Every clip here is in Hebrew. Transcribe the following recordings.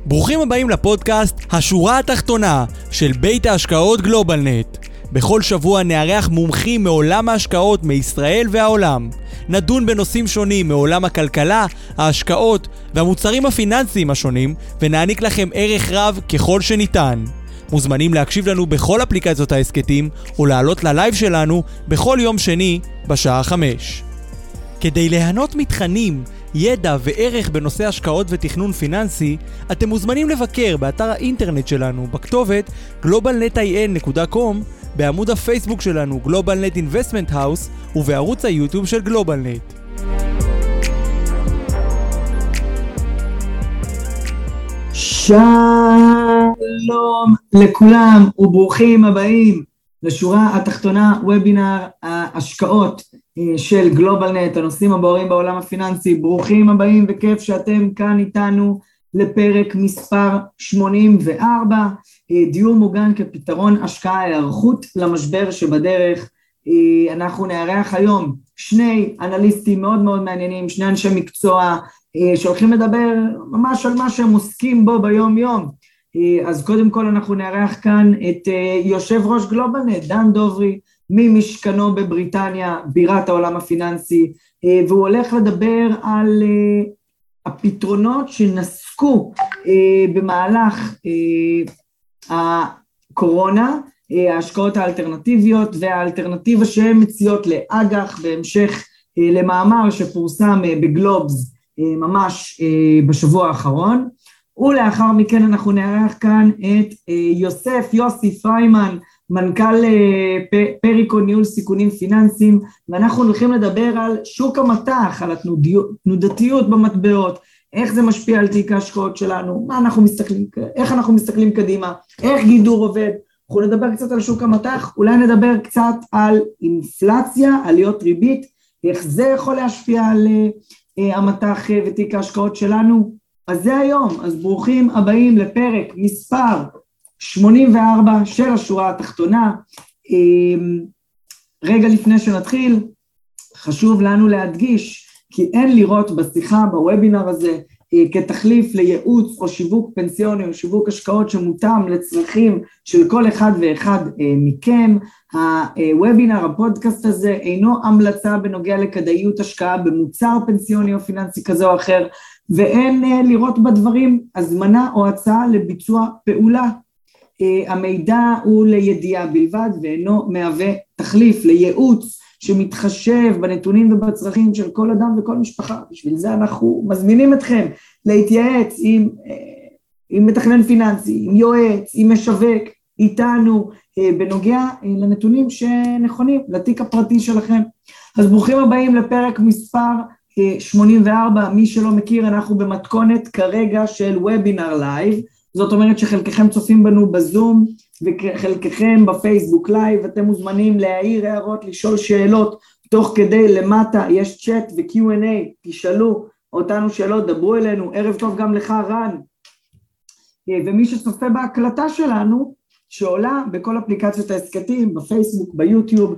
ברוכים הבאים לפודקאסט השורה התחתונה של בית ההשקעות גלובלנט. בכל שבוע נארח מומחים מעולם ההשקעות מישראל והעולם. נדון בנושאים שונים מעולם הכלכלה, ההשקעות והמוצרים הפיננסיים השונים, ונעניק לכם ערך רב ככל שניתן. מוזמנים להקשיב לנו בכל אפליקציות העסקתים, או לעלות ללייב שלנו בכל יום שני בשעה 5. כדי ליהנות מתכנים, ידע וערך בנושא השקעות ותכנון פיננסי, אתם מוזמנים לבקר באתר האינטרנט שלנו בכתובת globalnetin.com, בעמוד הפייסבוק שלנו GlobalNet Investment House ובערוץ היוטיוב של GlobalNet. שלום לכולם וברוכים הבאים לשורה התחתונה, וובינר ההשקעות של גלובלנט, הנושאים הבוערים בעולם הפיננסי. ברוכים הבאים וכיף שאתם כאן איתנו לפרק מספר 84, דיור מוגן כפתרון השקעה, היערכות למשבר שבדרך. אנחנו נארח היום שני אנליסטים מאוד מאוד מעניינים, שני אנשי מקצוע שהולכים לדבר ממש על מה שהם עוסקים בו ביום יום. אז קודם כל אנחנו נארח כאן את יושב ראש גלובלנט, דן דוברי, ממשכנו בבריטניה, בירת העולם הפיננסי, והוא הולך לדבר על הפתרונות שנסקו במהלך הקורונה, ההשקעות האלטרנטיביות והאלטרנטיבה שהן מציעות לאג"ח, בהמשך למאמר שפורסם בגלובס ממש בשבוע האחרון. ולאחר מכן אנחנו נארח כאן את יוסי פריימן, מנכ"ל פריקו ניהול סיכונים פיננסיים, ואנחנו הולכים לדבר על שוק המטח, על התנודתיות במטבעות, איך זה משפיע על תיק ההשקעות שלנו, איך אנחנו מסתכלים קדימה, איך גידור עובד. אנחנו נדבר קצת על שוק המטח, אולי נדבר קצת על אינפלציה, עליות ריבית, איך זה יכול להשפיע על המטח ותיק ההשקעות שלנו. אז זה היום, אז ברוכים הבאים לפרק מספר 84 של השורה התחתונה. רגע לפני שנתחיל, חשוב לנו להדגיש כי אין לראות בשיחה, בוובינר הזה, כתחליף לייעוץ או שיווק פנסיוני או שיווק השקעות שמותאם לצרכים של כל אחד ואחד מכם. הוובינר, הפודקאסט הזה, אינו המלצה בנוגע לכדאיות השקעה במוצר פנסיוני או פיננסי כזה או אחר, ואין לראות בדברים הזמנה או הצעה לביצוע פעולה. המידע הוא לידיעה בלבד ואינו מהווה תחליף לייעוץ שמתחשב בנתונים ובצרכים של כל אדם וכל משפחה. בשביל זה אנחנו מזמינים אתכם להתייעץ עם מתכנן פיננסי, עם יועץ, עם משווק, איתנו, בנוגע לנתונים שנכונים לתיק הפרטי שלכם. אז ברוכים הבאים לפרק מספר 84, מי שלא מכיר, אנחנו במתכונת כרגע של וובינר לייב, זאת אומרת שחלקכם צופים בנו בזום, וחלקכם בפייסבוק לייב. אתם מוזמנים להעיר הערות, לשאול שאלות, תוך כדי למטה יש צ'אט ו-Q&A, תשאלו אותנו שאלות, דברו אלינו. ערב טוב גם לך רן, ומי שצופה בהקלטה שלנו, שעולה בכל אפליקציות העסקתים, בפייסבוק, ביוטיוב,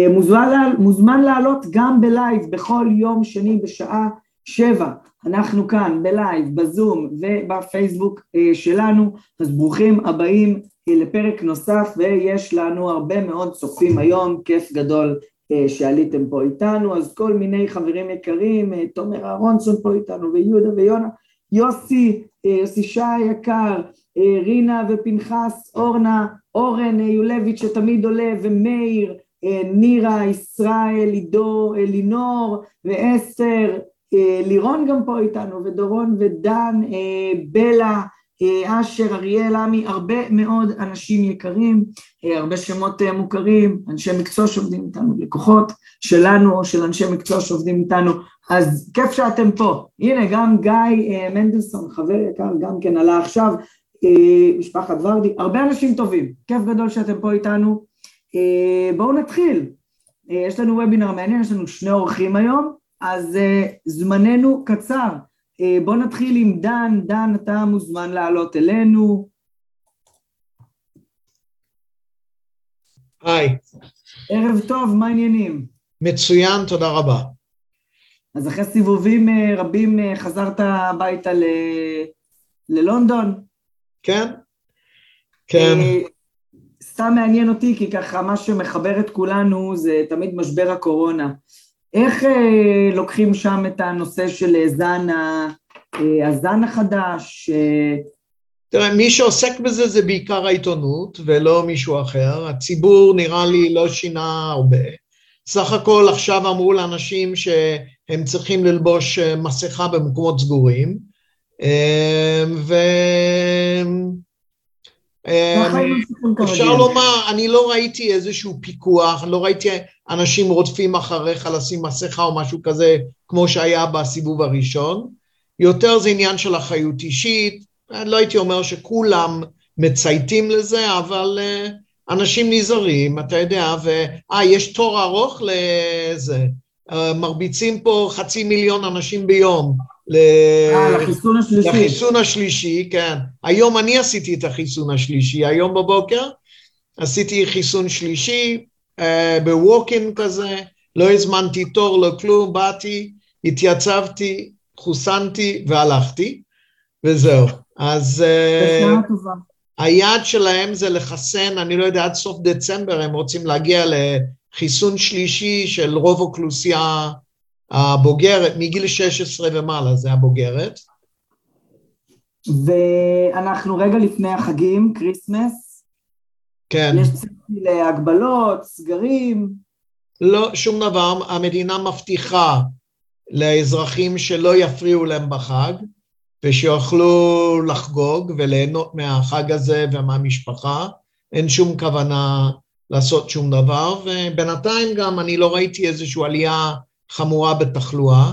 מוזמן לעלות גם בלייב בכל יום שני בשעה 7. אנחנו כאן בלייב, בזום ובפייסבוק שלנו, אז ברוכים הבאים לפרק נוסף, ויש לנו הרבה מאוד צופים היום, כיף גדול שעליתם פה איתנו. אז כל מיני חברים יקרים, תומר אהרונסון פה איתנו, ויהודה ויונה, יוסי שי יקר, רינה ופנחס, אורן יולביץ' שתמיד עולה, ומאיר, נירה, ישראל, עידו, לינור ואסתר, לירון גם פה איתנו, ודורון ודן, בלה, אשר, אריאל, עמי, הרבה מאוד אנשים יקרים, הרבה שמות מוכרים, אנשי מקצוע שעובדים איתנו, לקוחות שלנו או של אנשי מקצוע שעובדים איתנו. אז כיף שאתם פה. הנה גם גיא מנדלסון, חבר יקר, גם כן עלה עכשיו, משפחת ורדי, הרבה אנשים טובים, כיף גדול שאתם פה איתנו. בואו נתחיל. יש לנו וובינר מעניין, יש לנו שני אורחים היום, אז זמננו קצר. בואו נתחיל עם דן. דן, אתה מוזמן לעלות אלינו. היי. ערב טוב, מה העניינים? מצוין, תודה רבה. אז אחרי סיבובים רבים חזרת הביתה ללונדון. כן, כן. סתם מעניין אותי, כי ככה מה שמחבר את כולנו זה תמיד משבר הקורונה. איך לוקחים שם את הנושא של הזן החדש? תראה, מי שעוסק בזה זה בעיקר העיתונות ולא מישהו אחר. הציבור נראה לי לא שינה הרבה. סך הכל עכשיו אמרו לאנשים שהם צריכים ללבוש מסכה במקומות סגורים. אפשר לומר, אני לא ראיתי איזשהו פיקוח, לא ראיתי אנשים רודפים אחריך לשים מסכה או משהו כזה, כמו שהיה בסיבוב הראשון. יותר זה עניין של אחריות אישית, לא הייתי אומר שכולם מצייתים לזה, אבל אנשים נזהרים, אתה יודע, יש תור ארוך לזה, מרביצים פה 500,000 אנשים ביום, לחיסון השלישי. לחיסון השלישי, כן. היום אני עשיתי את החיסון השלישי, היום בבוקר עשיתי חיסון שלישי, בווקינג כזה, לא הזמנתי תור, לא כלום, באתי, התייצבתי, חוסנתי והלכתי, וזהו. אז היעד שלהם זה לחסן, אני לא יודע, עד סוף דצמבר הם רוצים להגיע לחיסון שלישי של רוב אוכלוסייה הבוגרת, מגיל 16 ומעלה, זה הבוגרת. ואנחנו רגע לפני החגים, קריסמס. כן. יש צפי להגבלות, סגרים. לא, שום דבר, המדינה מבטיחה לאזרחים שלא יפריעו להם בחג, ושיוכלו לחגוג וליהנות מהחג הזה ומהמשפחה, אין שום כוונה לעשות שום דבר, ובינתיים גם אני לא ראיתי איזושהי עלייה חמורה בתחלואה,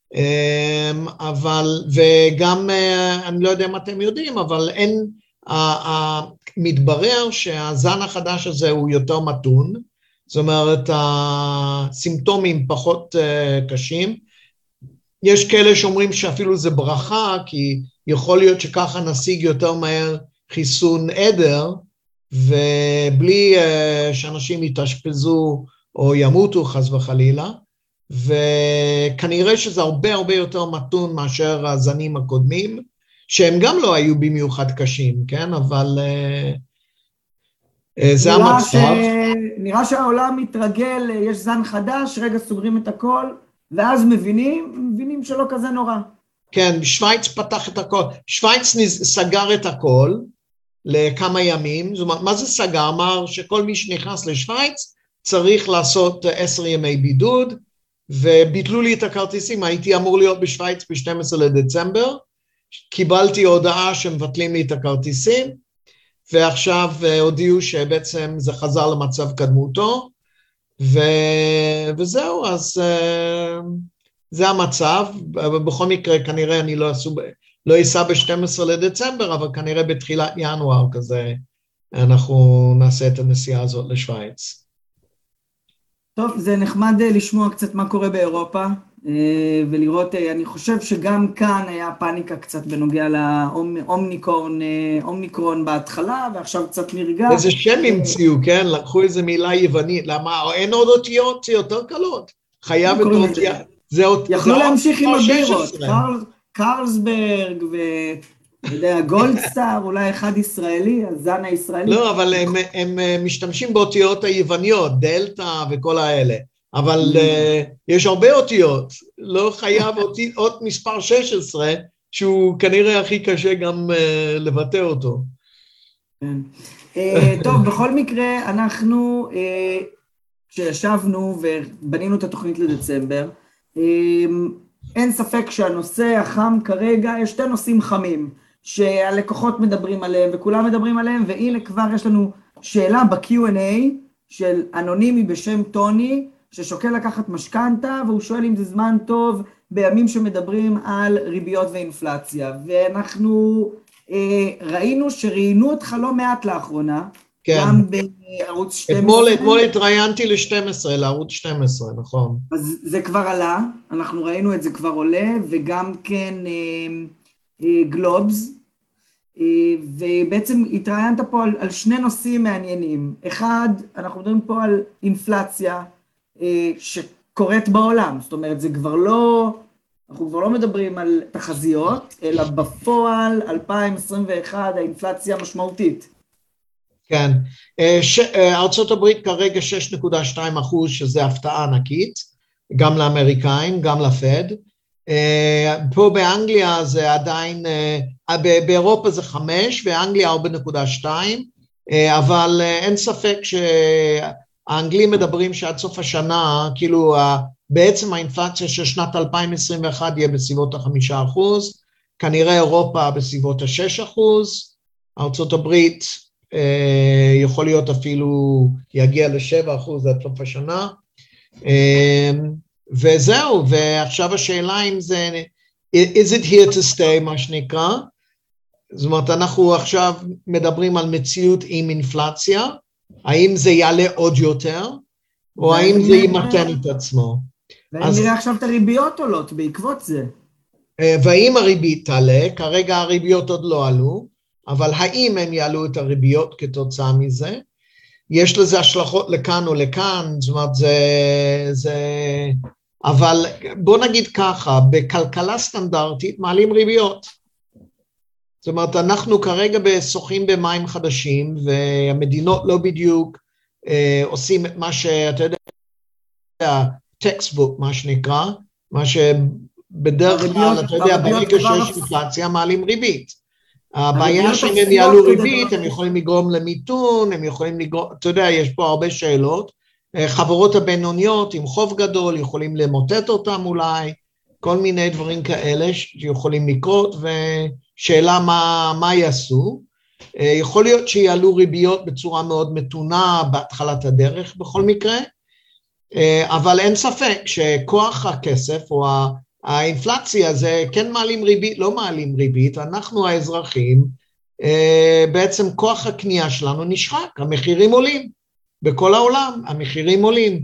אבל, וגם, אני לא יודע אם אתם יודעים, אבל אין, מתברר שהזן החדש הזה הוא יותר מתון, זאת אומרת, הסימפטומים פחות קשים, יש כאלה שאומרים שאפילו זה ברכה, כי יכול להיות שככה נשיג יותר מהר חיסון עדר, ובלי שאנשים יתאשפזו או ימותו חס וחלילה, וכנראה שזה הרבה הרבה יותר מתון מאשר הזנים הקודמים, שהם גם לא היו במיוחד קשים, כן? אבל זה המצב. נראה שהעולם מתרגל, יש זן חדש, רגע סוגרים את הכל, ואז מבינים שלא כזה נורא. כן, שוויץ פתח את הכל, שוויץ סגר את הכל לכמה ימים, זאת אומרת, מה זה סגר? אמר שכל מי שנכנס לשוויץ צריך לעשות 10 ימי בידוד, וביטלו לי את הכרטיסים, הייתי אמור להיות בשוויץ ב-12 לדצמבר, קיבלתי הודעה שמבטלים לי את הכרטיסים, ועכשיו הודיעו שבעצם זה חזר למצב קדמותו, וזהו, אז זה המצב, בכל מקרה כנראה אני לא אסע ב-12 לדצמבר, אבל כנראה בתחילת ינואר כזה, אנחנו נעשה את הנסיעה הזאת לשוויץ. טוב, זה נחמד לשמוע קצת מה קורה באירופה, ולראות, אני חושב שגם כאן היה פאניקה קצת בנוגע לאומניקרון בהתחלה, ועכשיו קצת נרגע. איזה שם המציאו, כן? לקחו איזה מילה יוונית, למה? אין עוד אותיות, זה יותר קלות. חייב את אותיות. יכלו להמשיך עם הבירות, קרלסברג גולדסטאר, אולי אחד ישראלי, הזן הישראלי. לא, אבל הם משתמשים באותיות היווניות, דלטה וכל האלה. אבל יש הרבה אותיות, לא חייב אות מספר 16, שהוא כנראה הכי קשה גם לבטא אותו. טוב, בכל מקרה, אנחנו, כשישבנו ובנינו את התוכנית לדצמבר, אין ספק שהנושא החם כרגע, יש שתי נושאים חמים, שהלקוחות מדברים עליהם וכולם מדברים עליהם, והנה כבר יש לנו שאלה ב-Q&A של אנונימי בשם טוני, ששוקל לקחת משכנתה, והוא שואל אם זה זמן טוב בימים שמדברים על ריביות ואינפלציה. ואנחנו ראינו שראיינו אותך לא מעט לאחרונה, כן. גם בערוץ 12. אתמול התראיינתי ל-12, לערוץ 12, נכון. אז זה כבר עלה, אנחנו ראינו את זה כבר עולה, וגם כן גלובס, ובעצם התראיינת פה על שני נושאים מעניינים. אחד, אנחנו מדברים פה על אינפלציה, שקורית בעולם, זאת אומרת, זה כבר לא אנחנו כבר לא מדברים על תחזיות, אלא בפועל 2021 האינפלציה משמעותית. כן, ארצות הברית כרגע 6.2%, שזה הפתעה ענקית, גם לאמריקאים, גם לפד. פה באנגליה זה עדיין, באירופה זה 5, באנגליה 4.2, אבל אין ספק שהאנגלים מדברים שעד סוף השנה, כאילו בעצם האינפלציה של שנת 2021 יהיה בסביבות 5%, כנראה אירופה בסביבות 6%, ארצות הברית יכול להיות אפילו יגיע ל7% עד סוף השנה, וזהו, ועכשיו השאלה אם זה, is it here to stay מה שנקרא, זאת אומרת אנחנו עכשיו מדברים על מציאות עם אינפלציה, האם זה יעלה עוד יותר, או האם זה ימתן את עצמו. והאם נראה עכשיו את הריביות עולות בעקבות זה? והאם הריבית תעלה, כרגע הריביות עוד לא עלו, אבל האם הם יעלו את הריביות כתוצאה מזה, יש לזה השלכות לכאן או לכאן, זאת אומרת זה, אבל בוא נגיד ככה, בכלכלה סטנדרטית מעלים ריביות, זאת אומרת אנחנו כרגע שוחים במים חדשים, והמדינות לא בדיוק עושים את מה שאתה יודע, טקסטבוק מה שנקרא, מה שבדרך כלל אתה יודע, ברגע שיש אינפלציה מעלים ריבית, הבעיה שאם הם יעלו ריבית, הם יכולים לגרום למיתון, הם יכולים לגרום, אתה יודע, יש פה הרבה שאלות, חברות הבינוניות עם חוב גדול, יכולים למוטט אותם אולי, כל מיני דברים כאלה שיכולים לקרות, ושאלה מה יעשו, יכול להיות שיעלו ריביות בצורה מאוד מתונה בהתחלת הדרך בכל מקרה, אבל אין ספק שכוח הכסף או האינפלציה זה כן מעלים ריבית, לא מעלים ריבית, אנחנו האזרחים, בעצם כוח הקנייה שלנו נשחק, המחירים עולים, בכל העולם המחירים עולים,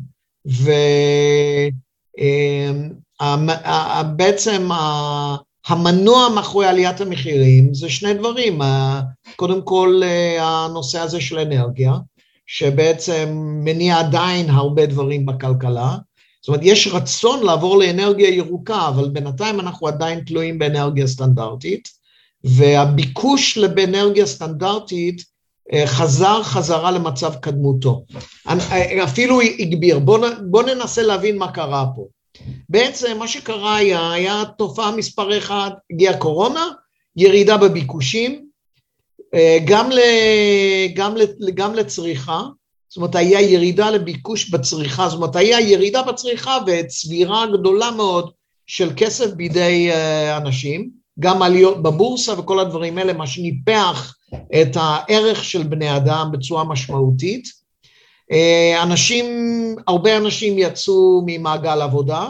ובעצם המנוע מאחורי עליית המחירים זה שני דברים, קודם כל הנושא הזה של אנרגיה, שבעצם מניע עדיין הרבה דברים בכלכלה, זאת אומרת, יש רצון לעבור לאנרגיה ירוקה, אבל בינתיים אנחנו עדיין תלויים באנרגיה סטנדרטית, והביקוש באנרגיה סטנדרטית חזרה למצב קדמותו. אפילו הגביר, בוא ננסה להבין מה קרה פה. בעצם מה שקרה היה תופעה מספר 1, הגיעה קורונה, ירידה בביקושים, גם לצריכה, זאת אומרת, היה ירידה לביקוש בצריכה, זאת אומרת, היה ירידה בצריכה וצבירה גדולה מאוד של כסף בידי אנשים, גם עליות בבורסה וכל הדברים האלה, מה שניפח את הערך של בני אדם בצורה משמעותית. הרבה אנשים יצאו ממעגל עבודה,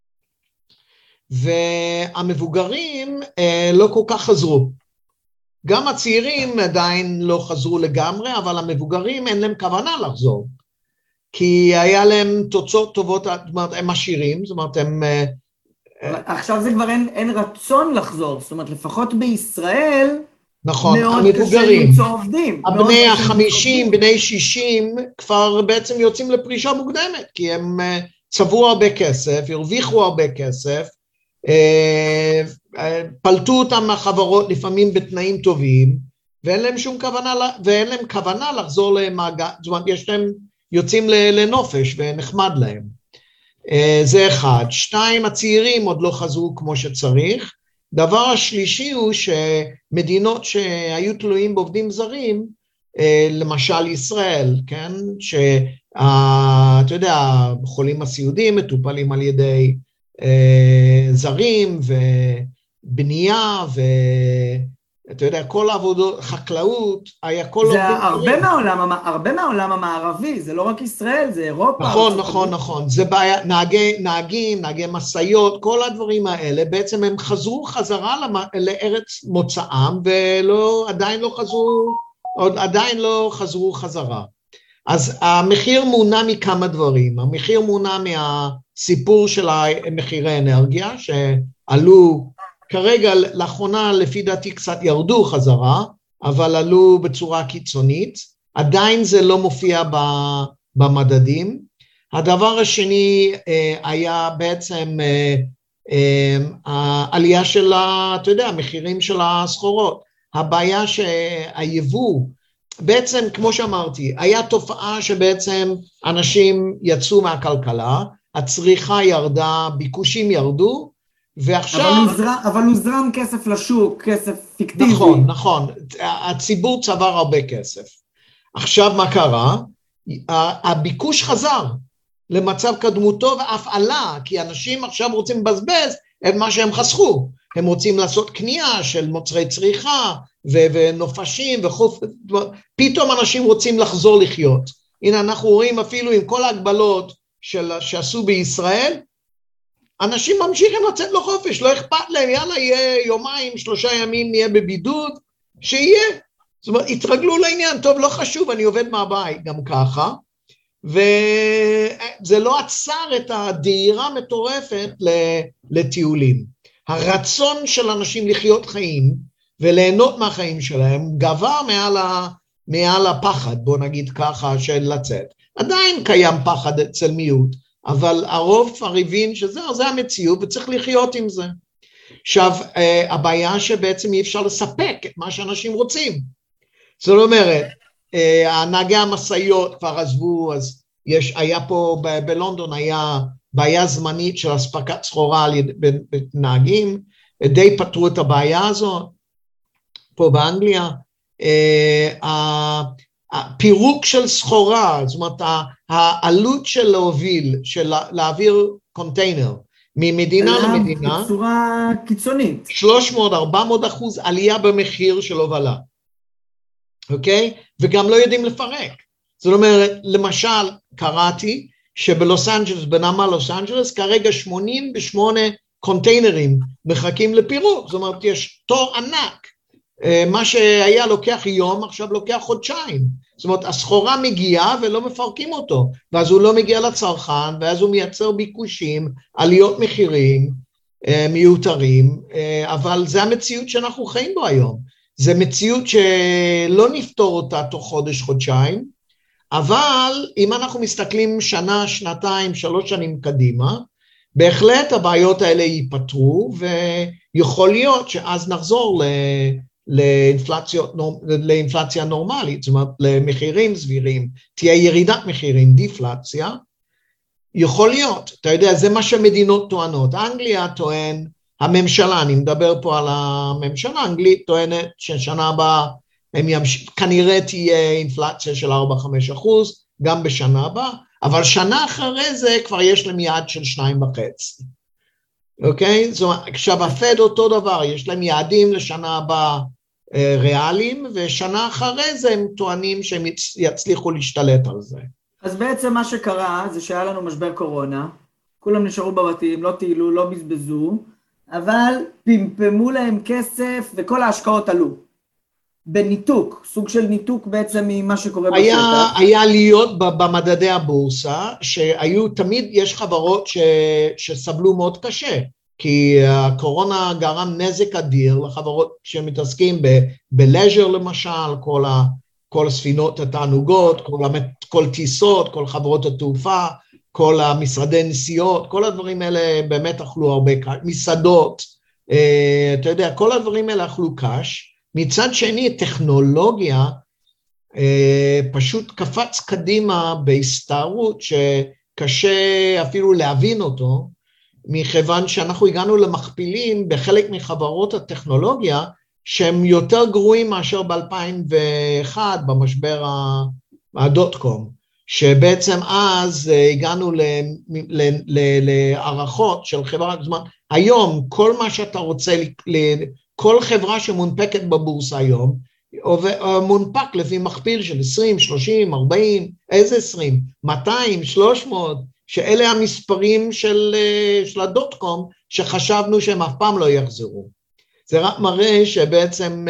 והמבוגרים לא כל כך חזרו. גם הצעירים עדיין לא חזרו לגמרי, אבל המבוגרים אין להם כוונה לחזור, כי היה להם תוצאות טובות, זאת אומרת, הם עשירים, זאת אומרת, הם... עכשיו זה כבר אין רצון לחזור, זאת אומרת, לפחות בישראל, נכון, מאוד המבוגרים, קשה למצוא עובדים. הבני ה-50, בני 60, כבר בעצם יוצאים לפרישה מוקדמת, כי הם צברו הרבה כסף, הרוויחו הרבה כסף, פלטו אותם מהחברות לפעמים בתנאים טובים, ואין להם שום כוונה, ואין להם כוונה לחזור למעגל, זאת אומרת, יש להם, יוצאים לנופש ונחמד להם. זה אחד. 2, הצעירים עוד לא חזרו כמו שצריך. דבר השלישי הוא שמדינות שהיו תלויים בעובדים זרים, למשל ישראל, כן? שאתה יודע, חולים הסיעודיים מטופלים על ידי זרים ובנייה ואתה יודע, כל העבודות, חקלאות, היה כל... זה הרבה מהעולם המערבי, זה לא רק ישראל, זה אירופה. נכון, זה בעיה, נהגים, נהגי מסעיות, כל הדברים האלה, בעצם הם חזרו חזרה לארץ מוצאם, עדיין לא חזרו חזרה. אז המחיר מונע מכמה דברים, המחיר מונע מהסיפור של מחירי אנרגיה, שעלו כרגע לאחרונה לפי דעתי קצת ירדו חזרה, אבל עלו בצורה קיצונית, עדיין זה לא מופיע במדדים. הדבר השני היה בעצם העלייה של, אתה יודע, המחירים של הסחורות, הבעיה שהיבוא, בעצם כמו שאמרתי, היה תופעה שבעצם אנשים יצאו מהכלכלה, הצריכה ירדה, ביקושים ירדו, ועכשיו... אבל הוזרם כסף לשוק, כסף פיקטיבי. נכון, נכון, הציבור צבר הרבה כסף. עכשיו מה קרה? הביקוש חזר למצב קדמותו ואף עלה, כי אנשים עכשיו רוצים לבזבז את מה שהם חסכו. הם רוצים לעשות קנייה של מוצרי צריכה ונופשים וחוף, פתאום אנשים רוצים לחזור לחיות. הנה אנחנו רואים אפילו עם כל ההגבלות שעשו בישראל, אנשים ממשיכים לצאת לחופש, לא אכפת להם, יאללה יהיה יומיים, 3 ימים נהיה בבידוד, שיהיה. זאת אומרת, התרגלו לעניין, טוב לא חשוב, אני עובד מהבית גם ככה, וזה לא עצר את הדהירה מטורפת לטיולים. הרצון של אנשים לחיות חיים וליהנות מהחיים שלהם גבר מעל הפחד, בוא נגיד ככה, של לצאת. עדיין קיים פחד אצל מיעוט, אבל הרוב הבין שזה המציאות וצריך לחיות עם זה. עכשיו, הבעיה שבעצם אי אפשר לספק את מה שאנשים רוצים. זאת אומרת, הנהגי המשאיות כבר עזבו, אז היה פה בלונדון, היה בעיה זמנית של הספקת סחורה בנהגים, די פתרו את הבעיה הזאת, פה באנגליה, הפירוק של סחורה, זאת אומרת, העלות של להוביל, של להעביר קונטיינר, ממדינה למדינה, בצורה קיצונית. 300-400% עלייה במחיר של הובלה, אוקיי? וגם לא יודעים לפרק. זאת אומרת, למשל, קראתי שבלוס אנג'לס, בנמל לוס אנג'לס, כרגע 88 קונטיינרים מחכים לפירוק, זאת אומרת, יש תור ענק, מה שהיה לוקח יום, עכשיו לוקח חודשיים, זאת אומרת, הסחורה מגיעה ולא מפרקים אותו, ואז הוא לא מגיע לצרכן, ואז הוא מייצר ביקושים, עליות מחירים מיותרים, אבל זה המציאות שאנחנו חיים בו היום, זה מציאות שלא נפתור אותה תוך חודש, חודשיים, אבל אם אנחנו מסתכלים שנה, שנתיים, 3 שנים קדימה, בהחלט הבעיות האלה ייפתרו, ויכול להיות שאז נחזור לאינפלציה נורמלית, זאת אומרת למחירים סבירים, תהיה ירידת מחירים, דיפלציה, יכול להיות, אתה יודע, זה מה שמדינות טוענות, אנגליה טוען, הממשלה, אני מדבר פה על הממשלה, האנגלית טוענת ששנה הבאה, כנראה תהיה אינפלציה של 4-5%, גם בשנה הבאה, אבל שנה אחרי זה כבר יש להם יעד של 2.5. אוקיי? זאת אומרת, עכשיו הפד אותו דבר, יש להם יעדים לשנה הבאה ריאליים, ושנה אחרי זה הם טוענים שהם יצליחו להשתלט על זה. אז בעצם מה שקרה זה שהיה לנו משבר קורונה, כולם נשארו בבתים, לא טיילו, לא בזבזו, אבל פמפמו להם כסף וכל ההשקעות עלו. בניתוק, סוג של ניתוק בעצם ממה שקורה בשטח. היה להיות במדדי הבורסה, שהיו תמיד, יש חברות שסבלו מאוד קשה, כי הקורונה גרם נזק אדיר לחברות שמתעסקים בלז'ר למשל, כל הספינות התענוגות, כל טיסות, כל חברות התעופה, כל המשרדי נסיעות, כל הדברים האלה באמת אכלו הרבה קש, מסעדות, אתה יודע, כל הדברים האלה אכלו קש, מצד שני, טכנולוגיה פשוט קפץ קדימה בהסתערות שקשה אפילו להבין אותו, מכיוון שאנחנו הגענו למכפילים בחלק מחברות הטכנולוגיה, שהם יותר גרועים מאשר ב-2001 במשבר הדוט-קום, שבעצם אז הגענו להערכות של חברה, זאת אומרת, היום כל מה שאתה רוצה כל חברה שמונפקת בבורסה היום, מונפק לפי מכפיל של 20, 30, 40, איזה 20, 200, 300, שאלה המספרים של הדוט-קום, שחשבנו שהם אף פעם לא יחזרו. זה רק מראה שבעצם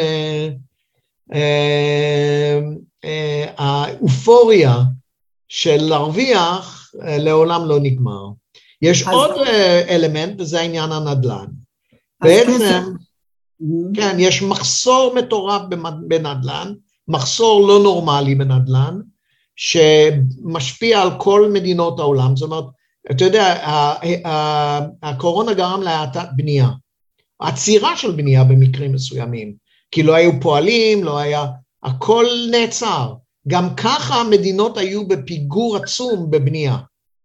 האופוריה של להרוויח לעולם לא נגמר. יש עוד אלמנט, וזה העניין הנדל"ן. בעצם... כן, יש מחסור מטורף בנדל"ן, מחסור לא נורמלי בנדל"ן, שמשפיע על כל מדינות העולם, זאת אומרת, אתה יודע, הקורונה גרם להאטת בנייה, עצירה של בנייה במקרים מסוימים, כי לא היו פועלים, לא היה, הכל נעצר, גם ככה המדינות היו בפיגור עצום בבנייה,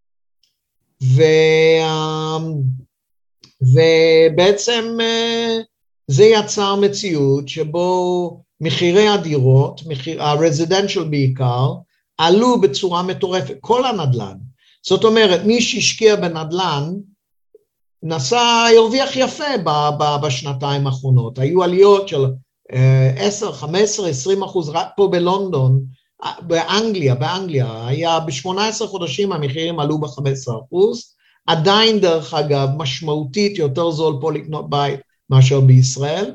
ובעצם זה יצר מציאות שבו מחירי הדירות, הרזידנציאל בעיקר, עלו בצורה מטורפת, כל הנדל"ן. זאת אומרת, מי שהשקיע בנדל"ן, הרוויח יפה בשנתיים האחרונות. היו עליות של 10, 15, 20%, רק פה בלונדון, באנגליה, היה ב-18 חודשים המחירים עלו ב-15%, עדיין דרך אגב משמעותית יותר זול פה לקנות בית מאשר בישראל,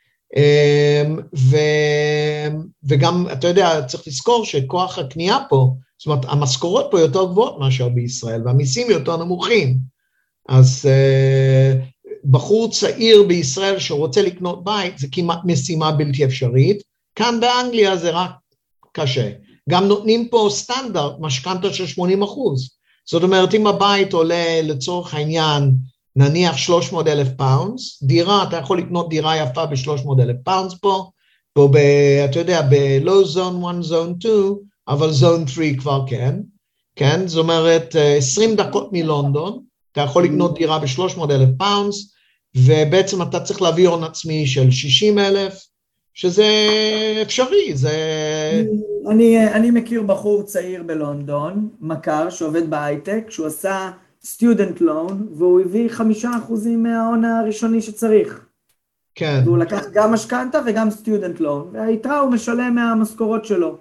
וגם אתה יודע, צריך לזכור שכוח הקנייה פה, זאת אומרת המשכורות פה יותר גבוהות מאשר בישראל, והמיסים יותר נמוכים, אז בחור צעיר בישראל שרוצה לקנות בית, זה כמעט משימה בלתי אפשרית, כאן באנגליה זה רק קשה, גם נותנים פה סטנדרט, משכנתה של 80%, זאת אומרת אם הבית עולה לצורך העניין, נניח 300,000 פאונדס, דירה, אתה יכול לקנות דירה יפה ב-300,000 פאונדס פה, אתה יודע, ב-low zone 1, zone 2, אבל zone 3 כבר כן, זאת אומרת 20 דקות מלונדון, אתה יכול לקנות דירה ב-300,000 פאונדס, ובעצם אתה צריך להביא הון עצמי של 60,000, שזה אפשרי, זה... אני מכיר בחור צעיר בלונדון, מכר, שעובד בהייטק, שהוא עשה סטודנט לון, והוא הביא 5% מההון הראשוני שצריך. כן. והוא לקח גם משכנתה וגם סטודנט לון, והיתרה הוא משלם מהמשכורות שלו.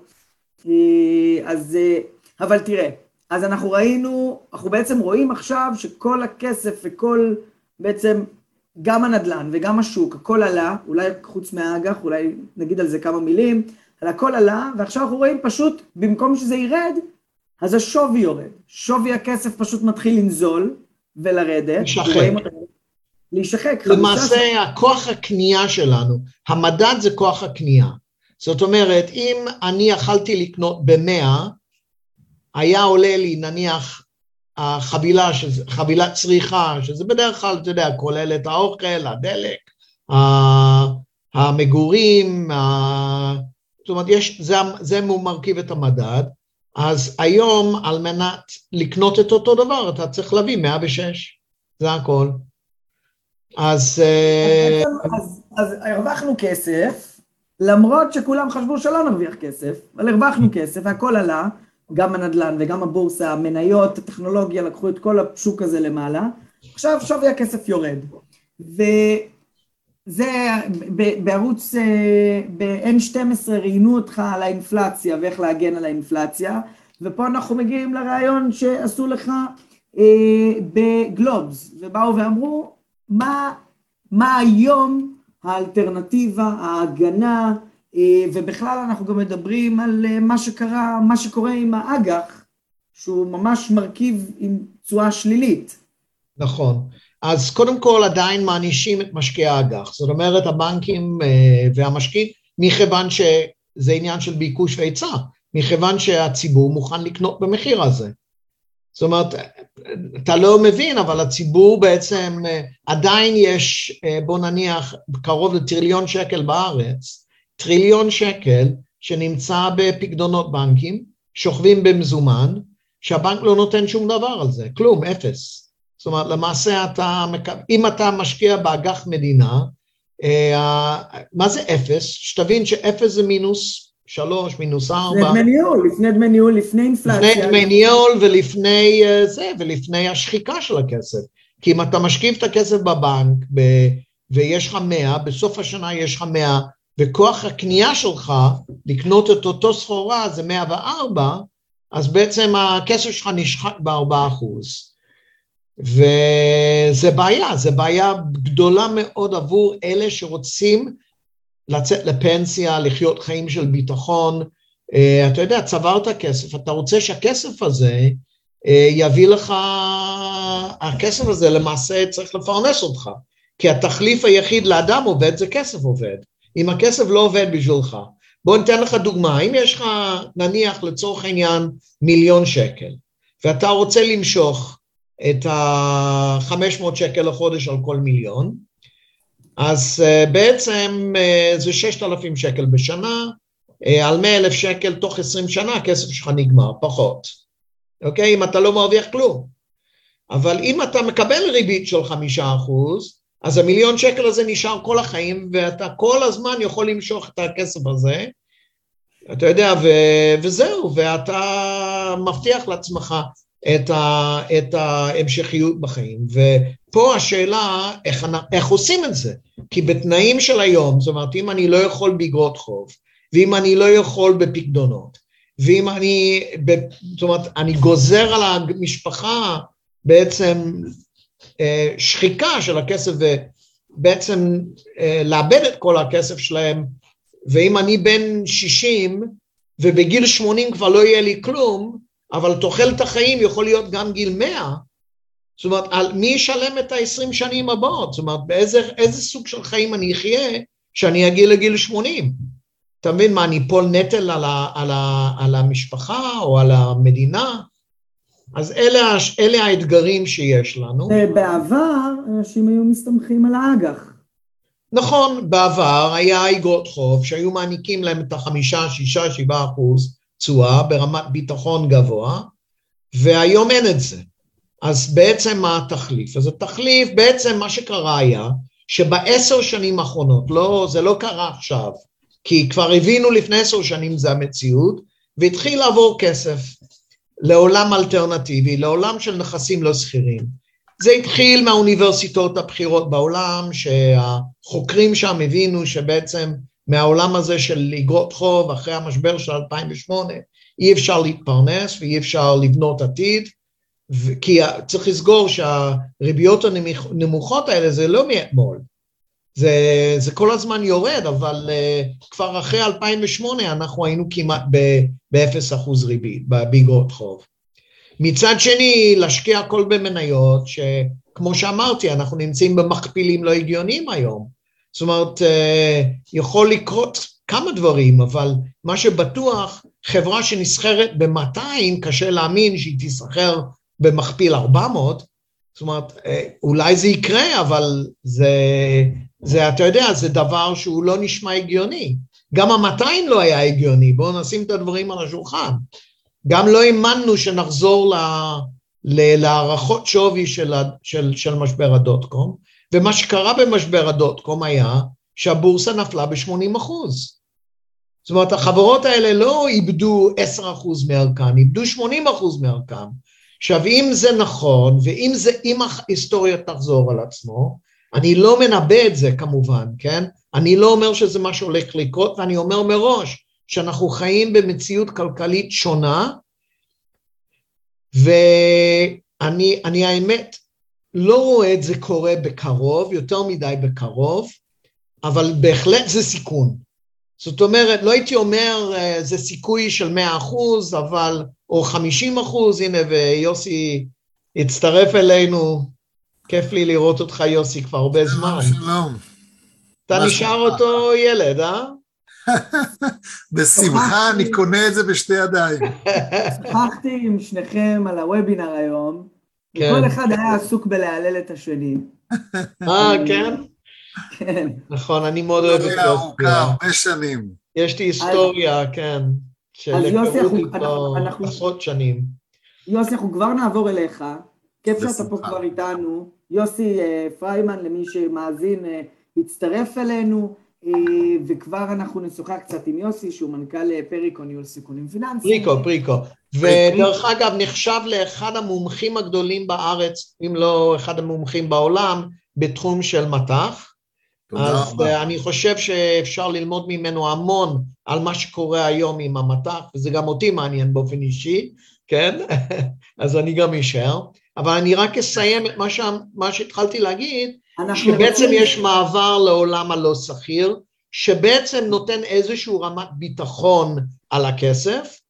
אבל תראה, אז אנחנו בעצם רואים עכשיו שכל הכסף וכל בעצם גם הנדל"ן וגם השוק, הכל עלה, אולי חוץ מהאג"ח, אולי נגיד על זה כמה מילים, אבל הכל עלה, ועכשיו אנחנו רואים פשוט, במקום שזה ירד, אז השווי יורד. שווי הכסף פשוט מתחיל לנזול ולרדת. להישחק. למעשה, הכוח הקנייה שלנו, המדד זה כוח הקנייה. זאת אומרת, אם אני יכלתי לקנות ב100, היה עולה לי נניח חבילת צריכה, שזה בדרך כלל, אתה יודע, כולל את האוכל, הדלק, המגורים, זאת אומרת, זה מרכיב את המדד, אז היום על מנת לקנות את אותו דבר, אתה צריך להביא 106, זה הכל. אז הרווחנו כסף, למרות שכולם חשבו שלא נרוויח כסף, אבל הרווחנו כסף, והכל עלה, גם הנדל"ן וגם הבורסה, המניות, הטכנולוגיה, לקחו את כל השוק הזה למעלה, עכשיו שווי הכסף יורד. וזה בערוץ, ב-N12 ראיינו אותך על האינפלציה ואיך להגן על האינפלציה, ופה אנחנו מגיעים לרעיון שעשו לך בגלובס, ובאו ואמרו, מה היום האלטרנטיבה, ההגנה, ובכלל אנחנו גם מדברים על מה שקורה עם האג"ח, שהוא ממש מרכיב עם תשואה שלילית. נכון. אז קודם כל עדיין מענישים את משקיעי האג"ח, זאת אומרת הבנקים והמשקיעים, מכיוון שזה עניין של ביקוש והיצע, מכיוון שהציבור מוכן לקנות במחיר הזה. זאת אומרת, אתה לא מבין, אבל הציבור בעצם עדיין יש, בוא נניח, קרוב לטריליון שקל בארץ, טריליון שקל שנמצא בפקדונות בנקים, שוכבים במזומן, שהבנק לא נותן שום דבר על זה, כלום, אפס. זאת אומרת, למעשה אם אתה משקיע באג"ח מדינה, מה זה אפס? שתבין שאפס זה מינוס 3, מינוס 4. לפני דמי ניהול, לפני אינפלציה. לפני דמי ניהול ולפני זה, ולפני השחיקה של הכסף. כי אם אתה משקיע את הכסף בבנק, ויש לך 100, בסוף השנה יש לך 100, וכוח הקנייה שלך לקנות את אותו סחורה זה 104, אז בעצם הכסף שלך נשחק ב4%. וזה בעיה, זה בעיה גדולה מאוד עבור אלה שרוצים לצאת לפנסיה, לחיות חיים של ביטחון. אתה יודע, צברת כסף, אתה רוצה שהכסף הזה יביא לך, הכסף הזה למעשה צריך לפרנס אותך, כי התחליף היחיד לאדם עובד זה כסף עובד. אם הכסף לא עובד בשבילך, בוא ניתן לך דוגמה, אם יש לך נניח לצורך העניין 1,000,000 שקל, ואתה רוצה למשוך את ה-500 שקל לחודש על כל מיליון, אז בעצם זה 6,000 שקל בשנה, על 100,000 שקל תוך 20 שנה, הכסף שלך נגמר, פחות. אוקיי? אם אתה לא מרוויח כלום. אבל אם אתה מקבל ריבית של 5%, אז ה1,000,000 שקל הזה נשאר כל החיים, ואתה כל הזמן יכול למשוך את הכסף הזה, אתה יודע, וזהו, ואתה מבטיח לעצמך את ההמשכיות בחיים. ופה השאלה, איך עושים את זה? כי בתנאים של היום, זאת אומרת, אם אני לא יכול באגרות חוב, ואם אני לא יכול בפקדונות, ואם זאת אומרת, אני גוזר על המשפחה בעצם שחיקה של הכסף, ובעצם לאבד את כל הכסף שלהם, ואם אני בן 60, ובגיל 80 כבר לא יהיה לי כלום, אבל תוחלת החיים יכול להיות גם גיל 100, זאת אומרת, מי ישלם את ה-20 שנים הבאות? זאת אומרת, איזה סוג של חיים אני אחיה, שאני אגיע לגיל 80? אתה מבין מה, אני אפול נטל על המשפחה, או על המדינה? אז אלה האתגרים שיש לנו. בעבר, אנשים היו מסתמכים על האג"ח. נכון, בעבר היה אגרות חוב, שהיו מעניקים להם את 5, 6, 7% תשואה, ברמת ביטחון גבוה, והיום אין את זה. אז בעצם מה התחליף? אז התחליף, בעצם מה שקרה היה, שב10 שנים האחרונות, זה לא קרה עכשיו, כי כבר הבינו לפני 10 שנים זה המציאות, והתחיל לעבור כסף לעולם אלטרנטיבי, לעולם של נכסים לא סחירים. זה התחיל מהאוניברסיטאות הבחירות בעולם, שהחוקרים שם הבינו שבעצם מהעולם הזה של אגרות חוב, אחרי המשבר של 2008, אי אפשר להתפרנס ואי אפשר לבנות עתיד, כי צריך לסגור שהריביות הנמוכות האלה זה לא מאתמול, זה כל הזמן יורד, אבל כבר אחרי 2008 אנחנו היינו כמעט ב-0% ריבית, באגרות חוב. מצד שני, להשקיע הכל במניות, שכמו שאמרתי, אנחנו נמצאים במכפילים לא הגיוניים היום. זאת אומרת, יכול לקרות כמה דברים, אבל מה שבטוח, חברה שנסחרת ב-200, קשה להאמין שהיא תסחר במכפיל 400, זאת אומרת, אולי זה יקרה, אבל אתה יודע, זה דבר שהוא לא נשמע הגיוני. גם ה-200 לא היה הגיוני, בואו נשים את הדברים על השולחן. גם לא האמנו שנחזור להערכות שווי של משבר הדוט-קום, ומה שקרה במשבר הדוט-קום היה שהבורסה נפלה ב-80%. זאת אומרת, החברות האלה לא איבדו 10% מערכן, איבדו 80% מערכן. עכשיו, אם זה נכון, אם ההיסטוריה תחזור על עצמו, אני לא מנבא את זה כמובן, כן? אני לא אומר שזה מה שהולך לקרות, ואני אומר מראש, שאנחנו חיים במציאות כלכלית שונה, ואני האמת לא רואה את זה קורה בקרוב, יותר מדי בקרוב, אבל בהחלט זה סיכון. זאת אומרת, לא הייתי אומר זה סיכוי של 100%, אבל, או 50%, הנה ויוסי הצטרף אלינו, כיף לי לראות אותך יוסי כבר הרבה זמן. שלום. אתה נשאר אותו ילד, אה? בשמחה, אני קונה את זה בשתי ידיים. שכחתי עם שניכם על הוובינר היום, וכל אחד היה עסוק בלהלל את השני. כן? כן. נכון, אני מאוד אוהב את יוסי. הרבה שנים. יש לי היסטוריה, כן, אז יוסי, אנחנו עשרות שנים. יוסי, אנחנו כבר נעבור אליך, כיף שאתה פה כבר איתנו. יוסי פריימן, למי שמאזין, הצטרף אלינו, וכבר אנחנו נשוחח קצת עם יוסי, שהוא מנכ"ל פריקו ניהול סיכונים פיננסיים. פריקו. ודרך אגב, נחשב לאחד המומחים הגדולים בארץ, אם לא אחד המומחים בעולם, בתחום של מטח. אז אני חושב שאפשר ללמוד ממנו המון על מה שקורה היום עם המטח, וזה גם אותי מעניין באופן אישי, כן? אז אני גם אשאר. אבל אני רק אסיים את מה שהתחלתי להגיד, שבעצם יש מעבר לעולם הלא סחיר, שבעצם נותן איזשהו רמת ביטחון על הכסף,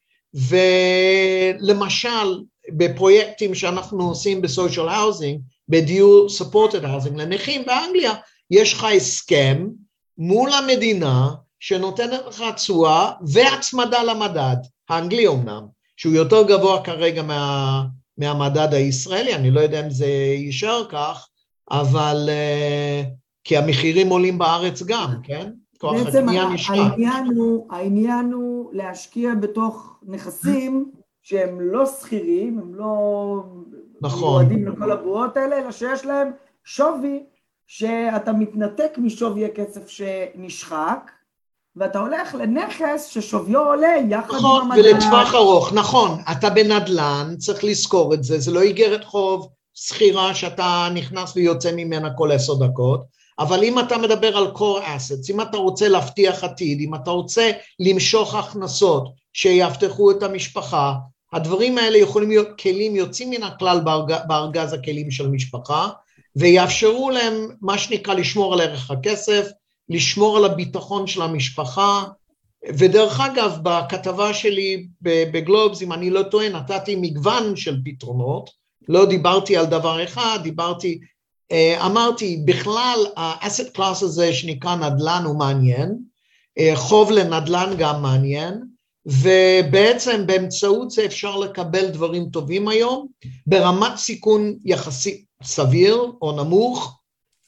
ולמשל בפרויקטים שאנחנו עושים בסושיאל האוזינג, בדיור ספורטד האוזינג לנכים באנגליה, יש לך הסכם מול המדינה שנותנת לך תשואה והצמדה למדד, האנגלי אומנם, שהוא יותר גבוה כרגע מהמדד הישראלי, אני לא יודע אם זה יישאר כך, אבל כי המחירים עולים בארץ גם, כן? בעצם העניין הוא להשקיע בתוך נכסים שהם לא סחירים, הם לא מיועדים לכל הבועות האלה, אלא שיש להם שווי שאתה מתנתק משווי הכסף שנשחק, ואתה הולך לנכס ששוויו עולה יחד נכון, עם המדד. ולטווח ארוך, נכון, אתה בנדלן, צריך לזכור את זה, זה לא איגרת חוב, סחירה שאתה נכנס ויוצא ממנה כל 10 דקות, אבל אם אתה מדבר על core assets, אם אתה רוצה להבטיח עתיד, אם אתה רוצה למשוך הכנסות שיבטחו את המשפחה, הדברים האלה יכולים להיות כלים יוצאים מן הכלל בארגז הכלים של משפחה, ויאפשרו להם מה שנקרא לשמור על ערך הכסף, לשמור על הביטחון של המשפחה, ודרך אגב בכתבה שלי בגלובס, אם אני לא טועה, נתתי מגוון של פתרונות, לא דיברתי על דבר אחד, אמרתי בכלל ה-asset class הזה שנקרא נדל"ן הוא מעניין, חוב לנדל"ן גם מעניין, ובעצם באמצעות זה אפשר לקבל דברים טובים היום, ברמת סיכון יחסית סביר או נמוך,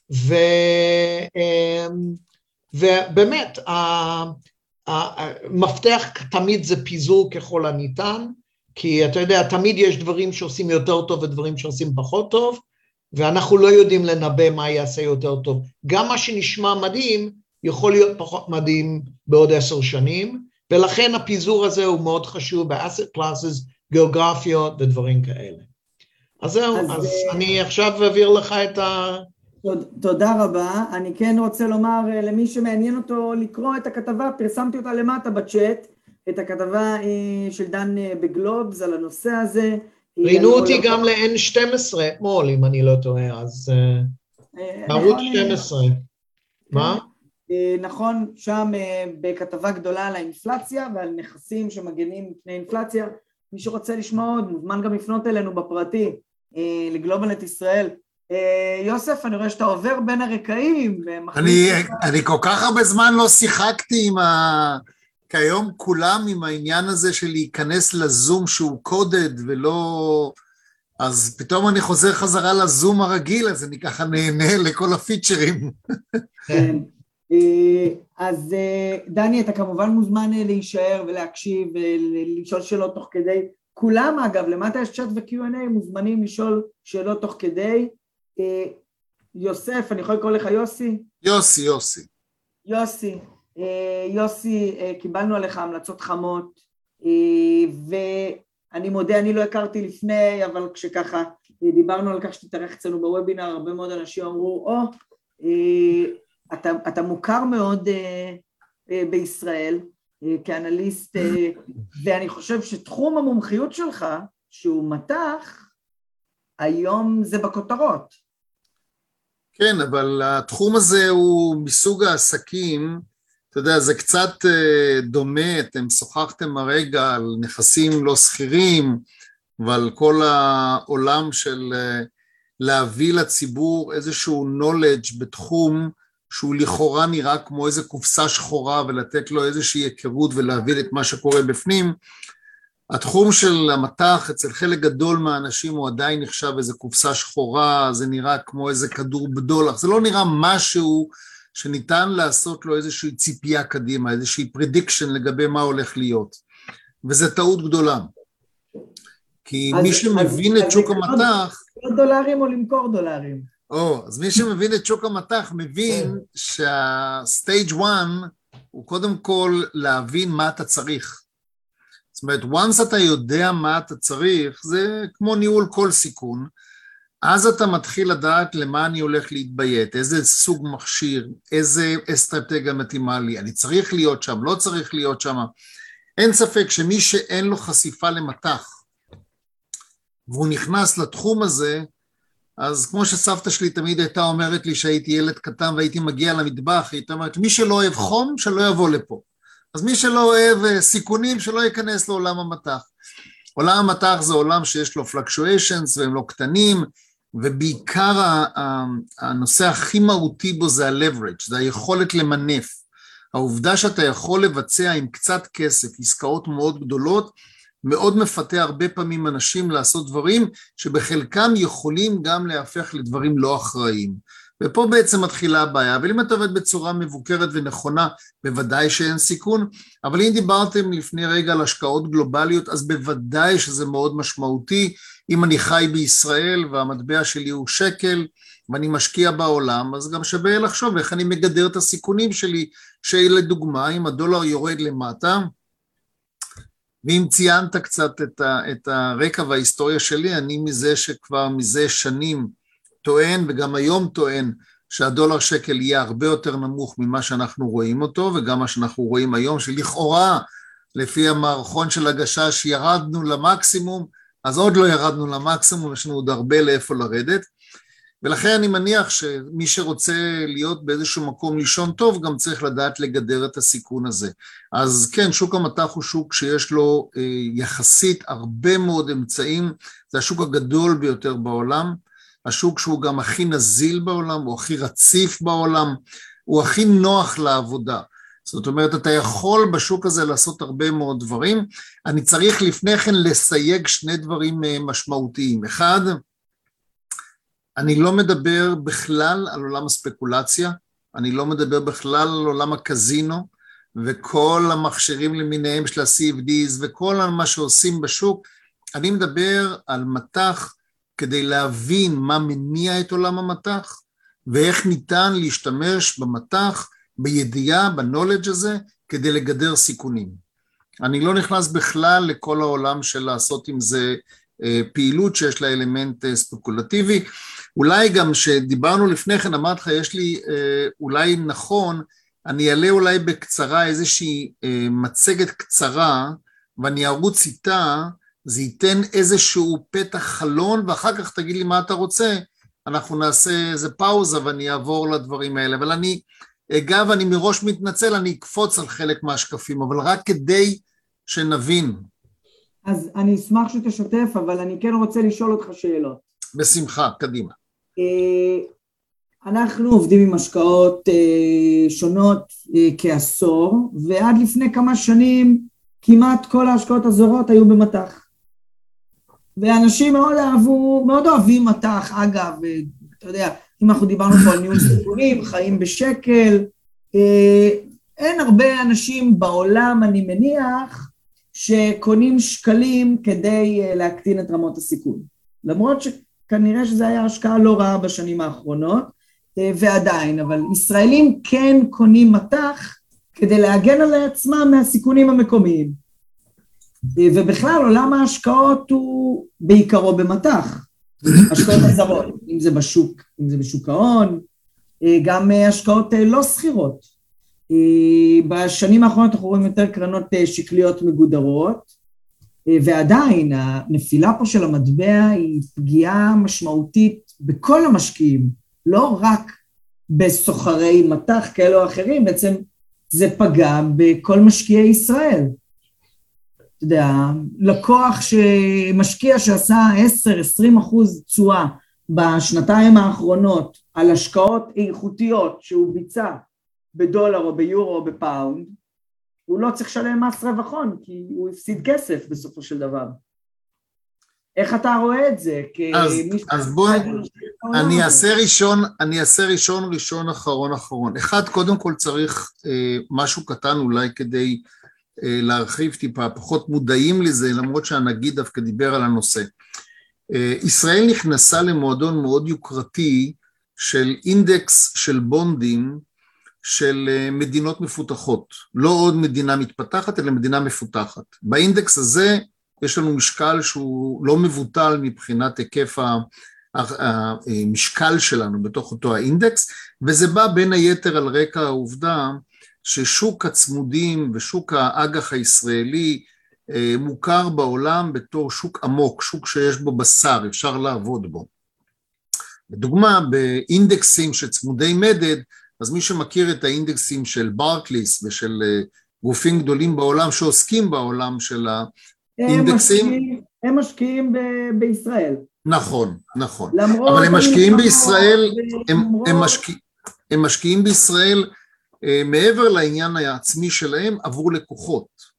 ובאמת המפתח תמיד זה פיזור ככל הניתן, כי אתה יודע תמיד יש דברים שעושים יותר טוב ודברים שעושים פחות טוב, ואנחנו לא יודעים לנבא מה יעשה יותר טוב, גם מה שנשמע מדהים יכול להיות פחות מדהים בעוד 10 שנים, ולכן הפיזור הזה הוא מאוד חשוב ב-asset classes, גיאוגרפיות ודברים כאלה. אז זהו, אז אני עכשיו אעביר לך את ה... תודה רבה, אני כן רוצה לומר למי שמעניין אותו לקרוא את הכתבה, פרסמתי אותה למטה בצ'אט, את הכתבה של דן בגלובס על הנושא הזה. ראינו אותי גם ל-N12 אתמול, אם אני לא טועה, אז ערוץ 12. מה? נכון, שם בכתבה גדולה על האינפלציה ועל נכסים שמגנים מפני אינפלציה, מי שרוצה לשמוע עוד, מוזמן גם לפנות אלינו בפרטי, לגלובלנט ישראל. יוסף, אני רואה שאתה עובר בין הרקעים. אני כל כך הרבה זמן לא שיחקתי כי היום כולם עם העניין הזה של להיכנס לזום שהוא קודד ולא... אז פתאום אני חוזר חזרה לזום הרגיל, אז אני ככה נהנה לכל הפיצ'רים. כן. אז דני, אתה כמובן מוזמן להישאר ולהקשיב ולשאול שאלות תוך כדי. כולם אגב, למטה יש צ'אט ו-Q&A, מוזמנים לשאול שאלות תוך כדי. יוסף, אני יכול לקרוא לך יוסי? יוסי, קיבלנו עליך המלצות חמות, ואני מודה, אני לא הכרתי לפני, אבל כשככה דיברנו על כך שתתארח אצלנו בוובינר, הרבה מאוד אנשים אמרו, אתה מוכר מאוד בישראל כאנליסט, ואני חושב שתחום המומחיות שלך, שהוא מתח, היום זה בכותרות. כן, אבל התחום הזה הוא מסוג העסקים, אתה יודע, זה קצת דומה, אתם שוחחתם הרגע על נכסים לא סחירים, ועל כל העולם של להביא לציבור איזשהו knowledge בתחום, שהוא לכאורה נראה כמו איזו קופסה שחורה, ולתת לו איזושהי היכרות ולהבין את מה שקורה בפנים. התחום של המתח אצל חלק גדול מהאנשים הוא עדיין נחשב איזו קופסה שחורה, זה נראה כמו איזה כדור בדולח, זה לא נראה משהו שניתן לעשות לו איזושהי ציפייה קדימה, איזושהי prediction לגבי מה הולך להיות, וזה טעות גדולה. כי מי שמבין את שוק המתח... דולרים או למכור דולרים? אז מי שמבין את שוק המתח מבין שהסטייג' 1 הוא קודם כל להבין מה אתה צריך. זאת אומרת, once אתה יודע מה אתה צריך, זה כמו ניהול כל סיכון, אז אתה מתחיל לדעת למה אני הולך להתביית, איזה סוג מכשיר, איזה אסטרטגיה מתאימה לי, אני צריך להיות שם, לא צריך להיות שם. אין ספק שמי שאין לו חשיפה למתח, והוא נכנס לתחום הזה, אז כמו שסבתא שלי תמיד הייתה אומרת לי שהייתי ילד קטן והייתי מגיע למטבח, היא הייתה אומרת, מי שלא אוהב חום, שלא יבוא לפה. אז מי שלא אוהב סיכונים, שלא ייכנס לעולם המתח. עולם המתח זה עולם שיש לו fluctuations והם לא קטנים, ובעיקר הנושא הכי מהותי בו זה ה-leverage, זה היכולת למנף. העובדה שאתה יכול לבצע עם קצת כסף, עסקאות מאוד גדולות, מאוד מפתה הרבה פעמים אנשים לעשות דברים שבחלקם יכולים גם להפך לדברים לא אחראיים. ופה בעצם מתחילה הבעיה, אבל אם אתה עובד בצורה מבוקרת ונכונה, בוודאי שאין סיכון, אבל אם דיברתם לפני רגע על השקעות גלובליות, אז בוודאי שזה מאוד משמעותי. אם אני חי בישראל והמטבע שלי הוא שקל, ואני משקיע בעולם, אז גם שווה לחשוב איך אני מגדר את הסיכונים שלי, שלדוגמה, אם הדולר יורד למטה, ואם ציינת קצת את הרקע וההיסטוריה שלי, אני מזה שנים טוען, וגם היום טוען, שהדולר שקל יהיה הרבה יותר נמוך ממה שאנחנו רואים אותו, וגם מה שאנחנו רואים היום, שלכאורה, לפי המערכון של הגשש, ירדנו למקסימום, אז עוד לא ירדנו למקסימום, יש לנו עוד הרבה לאיפה לרדת, ולכן אני מניח שמי שרוצה להיות באיזשהו מקום לישון טוב, גם צריך לדעת לגדר את הסיכון הזה. אז כן, שוק המטח הוא שוק שיש לו יחסית הרבה מאוד אמצעים, זה השוק הגדול ביותר בעולם, השוק שהוא גם הכי נזיל בעולם, הוא הכי רציף בעולם, הוא הכי נוח לעבודה. זאת אומרת, אתה יכול בשוק הזה לעשות הרבה מאוד דברים. אני צריך לפני כן לסייג שני דברים משמעותיים. אחד, אני לא מדבר בכלל על עולם הספקולציה, אני לא מדבר בכלל על עולם הקזינו, וכל המכשירים למיניהם של ה-CFDs, וכל מה שעושים בשוק, אני מדבר על מטח, כדי להבין מה מניע את עולם המטח, ואיך ניתן להשתמש במטח, בידיעה, בנולדג' הזה, כדי לגדר סיכונים. אני לא נכנס בכלל לכל העולם של לעשות עם זה פעילות שיש לה אלמנט ספקולטיבי, אולי גם שדיברנו לפני כן, אמרת לך, יש לי אולי נכון, אני אעלה אולי בקצרה איזושהי מצגת קצרה, ואני ארוץ איתה, זה ייתן איזשהו פתח חלון, ואחר כך תגיד לי מה אתה רוצה, אנחנו נעשה איזה פאוזה ואני אעבור לדברים האלה, אבל אני מראש מתנצל, אני אקפוץ על חלק מהשקפים, אבל רק כדי שנבין. אז אני אשמח שתשתף, אבל אני כן רוצה לשאול אותך שאלות. בשמחה, קדימה. אנחנו עובדים עם השקעות שונות כעשור, ועד לפני כמה שנים כמעט כל ההשקעות הזרות היו במטח. ואנשים מאוד אוהבים מטח, אגב, אתה יודע, אם אנחנו דיברנו פה על ניהול סיכונים, חיים בשקל, אין הרבה אנשים בעולם, אני מניח, שקונים שקלים כדי להקטין את רמות הסיכון. למרות שכנראה שזה היה השקעה לא רעה בשנים האחרונות, ועדיין, אבל ישראלים כן קונים מטח כדי להגן על עצמם מהסיכונים המקומיים. ובכלל עולם ההשקעות הוא בעיקרו במטח, השקעות הזרות, אם זה בשוק ההון, גם השקעות לא סחירות. בשנים האחרונות אנחנו רואים יותר קרנות שקליות מגודרות, ועדיין הנפילה פה של המטבע היא פגיעה משמעותית בכל המשקיעים, לא רק בסוחרי מטח כאלו או אחרים, בעצם זה פגע בכל משקיעי ישראל. אתה יודע, לקוח שמשקיע שעשה 10-20% תשואה בשנתיים האחרונות על השקעות איכותיות שהוא ביצע בדולר או ביורו או בפאונד, הוא לא צריך לשלם מס רווח הון, כי הוא הפסיד כסף בסופו של דבר. איך אתה רואה את זה? אז בוא, אני אעשה ראשון, אחרון. אחד, קודם כל צריך משהו קטן אולי כדי להרחיב טיפה, פחות מודעים לזה, למרות שהנגיד דווקא דיבר על הנושא. ישראל נכנסה למועדון מאוד יוקרתי של אינדקס של בונדים של מדינות מפותחות, לא עוד מדינה מתפתחת אלא מדינה מפותחת. באינדקס הזה יש לנו משקל שהוא לא מבוטל מבחינת היקף המשקל שלנו בתוך אותו האינדקס, וזה בא בין היתר על רקע העובדה ששוק הצמודים ושוק האג"ח הישראלי מוכר בעולם בתור שוק עמוק, שוק שיש בו בשר, אפשר לעבוד בו. לדוגמה, באינדקסים של צמודי מדד, אז מי שמכיר את האינדקסים של ברקליס ושל גופים גדולים בעולם שעוסקים בעולם של האינדקסים, הם משקיעים בישראל. נכון. אבל הם משקיעים בישראל, הם משקיעים בישראל מעבר לעניין העצמי שלהם עבור לקוחות.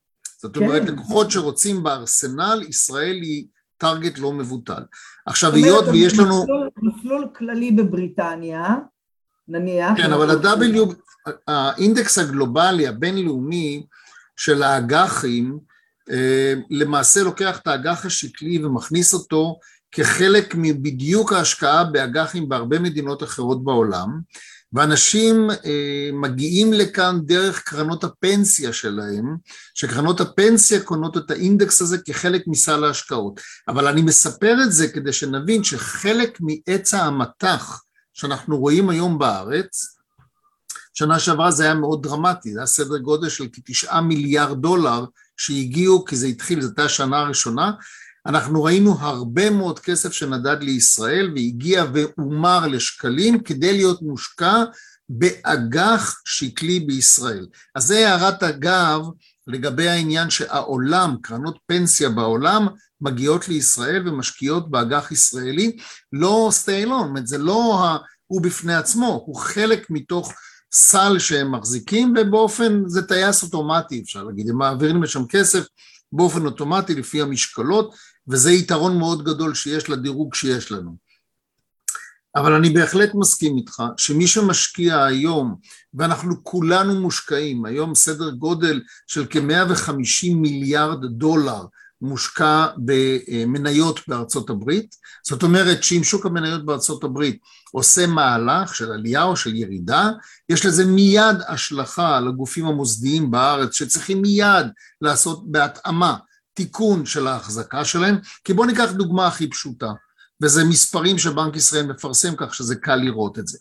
זאת אומרת, לקוחות שרוצים בארסנל, ישראל היא טרגט לא מבוטל. עכשיו, היות ויש לנו... מסלול כללי בבריטניה, נניח... כן, אבל האינדקס הגלובלי, הבינלאומי של האג"חים, למעשה לוקח את האג"ח השקלי ומכניס אותו כחלק מבדיוק ההשקעה באג"חים בהרבה מדינות אחרות בעולם, ואנשים מגיעים לכאן דרך קרנות הפנסיה שלהם, שקרנות הפנסיה קונות את האינדקס הזה כחלק מסל ההשקעות. אבל אני מספר את זה כדי שנבין שחלק מעץ המטח שאנחנו רואים היום בארץ, שנה שעברה זה היה מאוד דרמטי, זה היה סדר גודל של כ9 מיליארד דולר שהגיעו, כי זה התחיל, זאת הייתה השנה הראשונה, אנחנו ראינו הרבה מאוד כסף שנדד לישראל והגיע ואומר לשקלים כדי להיות מושקע באג"ח שקלי בישראל. אז זה הערת אגב לגבי העניין שהעולם, קרנות פנסיה בעולם, מגיעות לישראל ומשקיעות באג"ח ישראלי, לא stay alone, זה לא הוא בפני עצמו, הוא חלק מתוך סל שהם מחזיקים, ובאופן זה טייס אוטומטי אפשר להגיד, הם מעבירים לשם כסף באופן אוטומטי לפי המשקלות, וזה יתרון מאוד גדול שיש לדירוג שיש לנו. אבל אני בהחלט מסכים איתך, שמי שמשקיע היום, ואנחנו כולנו מושקעים, היום סדר גודל של כ150 מיליארד דולר, מושקע במניות בארצות הברית, זאת אומרת שאם שוק המניות בארצות הברית עושה מהלך של עלייה או של ירידה, יש לזה מיד השלכה לגופים המוסדיים בארץ, שצריכים מיד לעשות בהתאמה תיקון של ההחזקה שלהם, כי בואו ניקח דוגמה הכי פשוטה, וזה מספרים שבנק ישראל מפרסם כך שזה קל לראות את זה.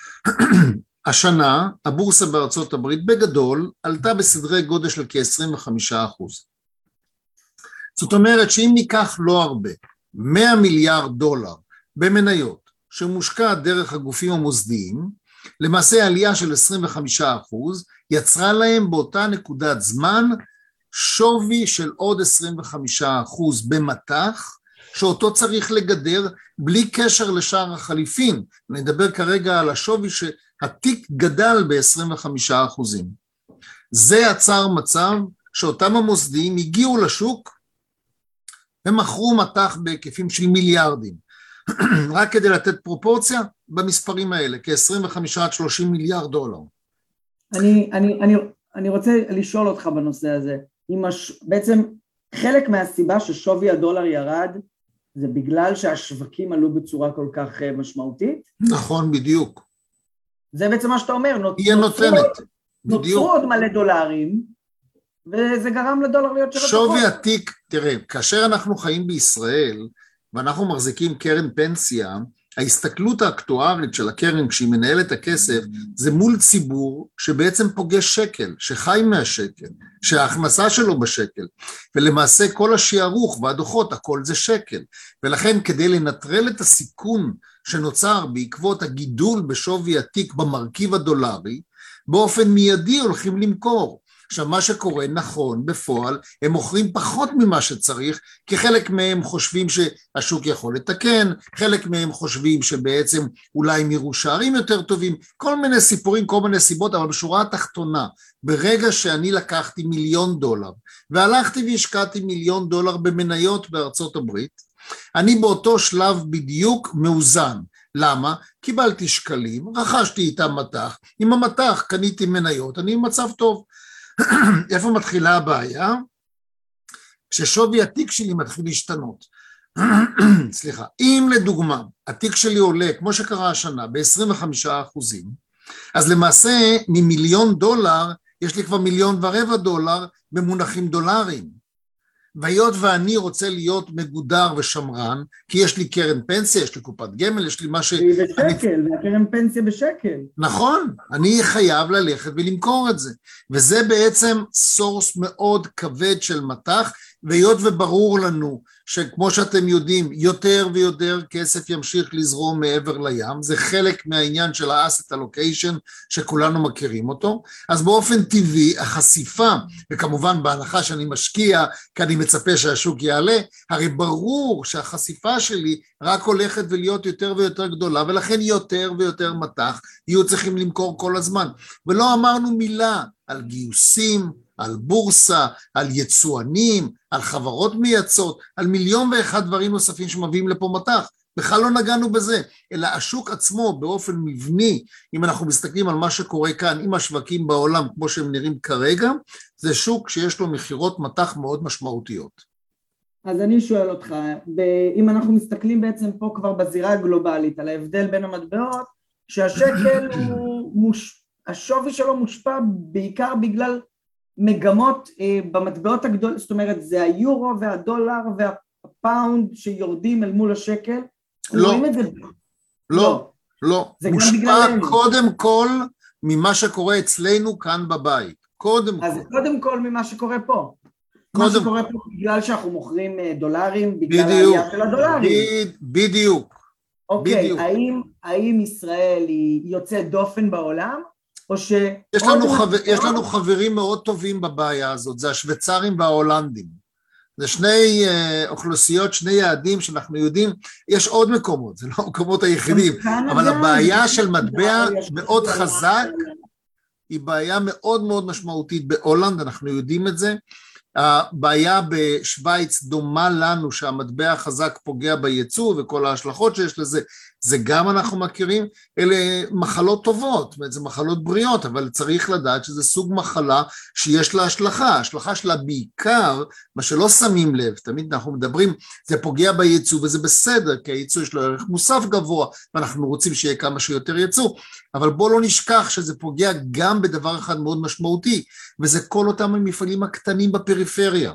השנה הבורסה בארצות הברית בגדול עלתה בסדרי גודל של כ-25%. זאת אומרת שאם ניקח לא הרבה, 100 מיליארד דולר במניות שמושקע דרך הגופים המוסדיים, למעשה העלייה של 25% יצרה להם באותה נקודת זמן שווי של עוד 25% במטח, שאותו צריך לגדר בלי קשר לשאר החליפין. נדבר כרגע על השווי שהתיק גדל ב-25%. זה יצר מצב שאותם המוסדיים הגיעו לשוק, הם מכרו מטח בהיקפים של מיליארדים. רק כדי לתת פרופורציה במספרים האלה, כ-25-30 מיליארד דולר. אני רוצה לשאול אותך בנושא הזה, בעצם חלק מהסיבה ששווי הדולר ירד, זה בגלל שהשווקים עלו בצורה כל כך משמעותית? נכון, בדיוק. זה בעצם מה שאתה אומר, נוצרו עוד מלא דולרים, וזה גרם לדולר להיות שווה פחות. שווי עתיק, תראה, כאשר אנחנו חיים בישראל, ואנחנו מחזיקים קרן פנסיה, ההסתכלות האקטוארית של הקרן כשהיא מנהלת הכסף, זה מול ציבור שבעצם פוגש שקל, שחי מהשקל, שההכנסה שלו בשקל, ולמעשה כל השיערוך והדוחות, הכל זה שקל, ולכן כדי לנטרל את הסיכון שנוצר בעקבות הגידול בשווי עתיק במרכיב הדולרי, באופן מיידי הולכים למכור. עכשיו מה שקורה נכון בפועל, הם מוכרים פחות ממה שצריך, כי חלק מהם חושבים שהשוק יכול לתקן, חלק מהם חושבים שבעצם אולי הם יראו שערים יותר טובים, כל מיני סיפורים, כל מיני סיבות, אבל בשורה התחתונה, ברגע שאני לקחתי $1,000,000, והלכתי והשקעתי $1,000,000 במניות בארצות הברית, אני באותו שלב בדיוק מאוזן. למה? קיבלתי שקלים, רכשתי איתם מטח, עם המטח קניתי מניות, אני במצב טוב. איפה מתחילה הבעיה? כששווי התיק שלי מתחיל להשתנות. סליחה, אם לדוגמה התיק שלי עולה, כמו שקרה השנה, ב-25%, אז למעשה מ$1,000,000 יש לי כבר $1,250,000 במונחים דולרים. והיות ואני רוצה להיות מגודר ושמרן, כי יש לי קרן פנסיה, יש לי קופת גמל, יש לי מה ש... היא בשקל, והקרן פנסיה בשקל. נכון, אני חייב ללכת ולמכור את זה, וזה בעצם סורס מאוד כבד של מטח, והיות וברור לנו שכמו שאתם יודעים, יותר ויותר כסף ימשיך לזרום מעבר לים, זה חלק מהעניין של ה-asset allocation שכולנו מכירים אותו, אז באופן טבעי החשיפה, וכמובן בהנחה שאני משקיע, כי אני מצפה שהשוק יעלה, הרי ברור שהחשיפה שלי רק הולכת ולהיות יותר ויותר גדולה, ולכן יותר ויותר מטח יהיו צריכים למכור כל הזמן, ולא אמרנו מילה על גיוסים, על בורסה, על יצואנים, על חברות מייצאות, על 1,000,001 דברים נוספים שמביאים לפה מטח. בכלל לא נגענו בזה, אלא השוק עצמו באופן מבני, אם אנחנו מסתכלים על מה שקורה כאן עם השווקים בעולם כמו שהם נראים כרגע, זה שוק שיש לו מחירות מטח מאוד משמעותיות. אז אני שואל אותך, אם אנחנו מסתכלים בעצם פה כבר בזירה הגלובלית, על ההבדל בין המטבעות, שהשקל השווי שלו מושפע בעיקר בגלל מגמות במטבעות הגדול, זאת אומרת זה היורו והדולר והפאונד שיורדים אל מול השקל, לא, מושפע קודם כל ממה שקורה אצלנו כאן בבית, אז קודם כל ממה שקורה פה. מה שקורה פה בגלל שאנחנו מוכרים דולרים, בגלל העלייה של הדולרים. בדיוק. אוקיי, האם ישראל היא יוצאת דופן בעולם, או ש... יש לנו חברים מאוד טובים בבעיה הזאת, זה השוויצרים וההולנדים. זה שני אוכלוסיות, שני יעדים שאנחנו יודעים, יש עוד מקומות, זה לא המקומות היחידים, אבל הבעיה של מטבע מאוד חזק, היא בעיה מאוד מאוד משמעותית בהולנד, אנחנו יודעים את זה, הבעיה בשוויץ דומה לנו שהמטבע החזק פוגע בייצוא וכל ההשלכות שיש לזה, זה גם אנחנו מכירים, אלה מחלות טובות, זאת אומרת, זה מחלות בריאות, אבל צריך לדעת שזה סוג מחלה שיש לה השלכה, ההשלכה שלה בעיקר, מה שלא שמים לב, תמיד אנחנו מדברים, זה פוגע בייצוא וזה בסדר, כי הייצוא יש לו ערך מוסף גבוה, ואנחנו רוצים שיהיה כמה שיותר ייצוא, אבל בוא לא נשכח שזה פוגע גם בדבר אחד מאוד משמעותי, וזה כל אותם המפעלים הקטנים בפריפריה,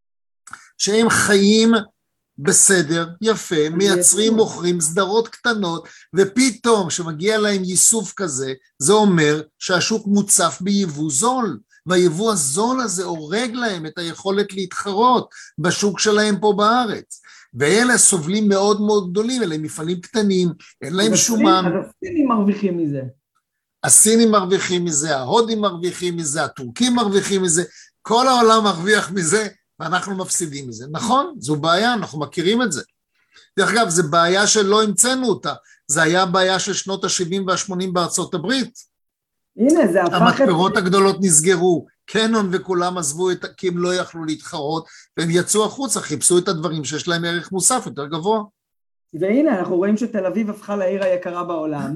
שהם חיים בסדר, יפה, מייצרים, מוכרים סדרות קטנות, ופתאום שמגיע להם ייסוף כזה, זה אומר שהשוק מוצף ביבוא זול, והיבוא הזול הזה הורג להם את היכולת להתחרות בשוק שלהם פה בארץ, ואלה סובלים מאוד מאוד גדולים, אלה מפעלים קטנים, אין להם שומן. הסינים מרוויחים מזה. הסינים מרוויחים מזה, ההודים מרוויחים מזה, הטורקים מרוויחים מזה, כל העולם מרוויח מזה, ואנחנו מפסידים מזה. נכון, זו בעיה, אנחנו מכירים את זה. דרך אגב, זו בעיה שלא המצאנו אותה, זה היה בעיה של שנות ה-70 וה-80 בארצות הברית. הנה, זה הפך... המתפרות הגדולות נסגרו, קנון וכולם עזבו כי הם לא יכלו להתחרות, והם יצאו החוצה, חיפשו את הדברים שיש להם ערך מוסף יותר גבוה. והנה, אנחנו רואים שתל אביב הפכה לעיר היקרה בעולם,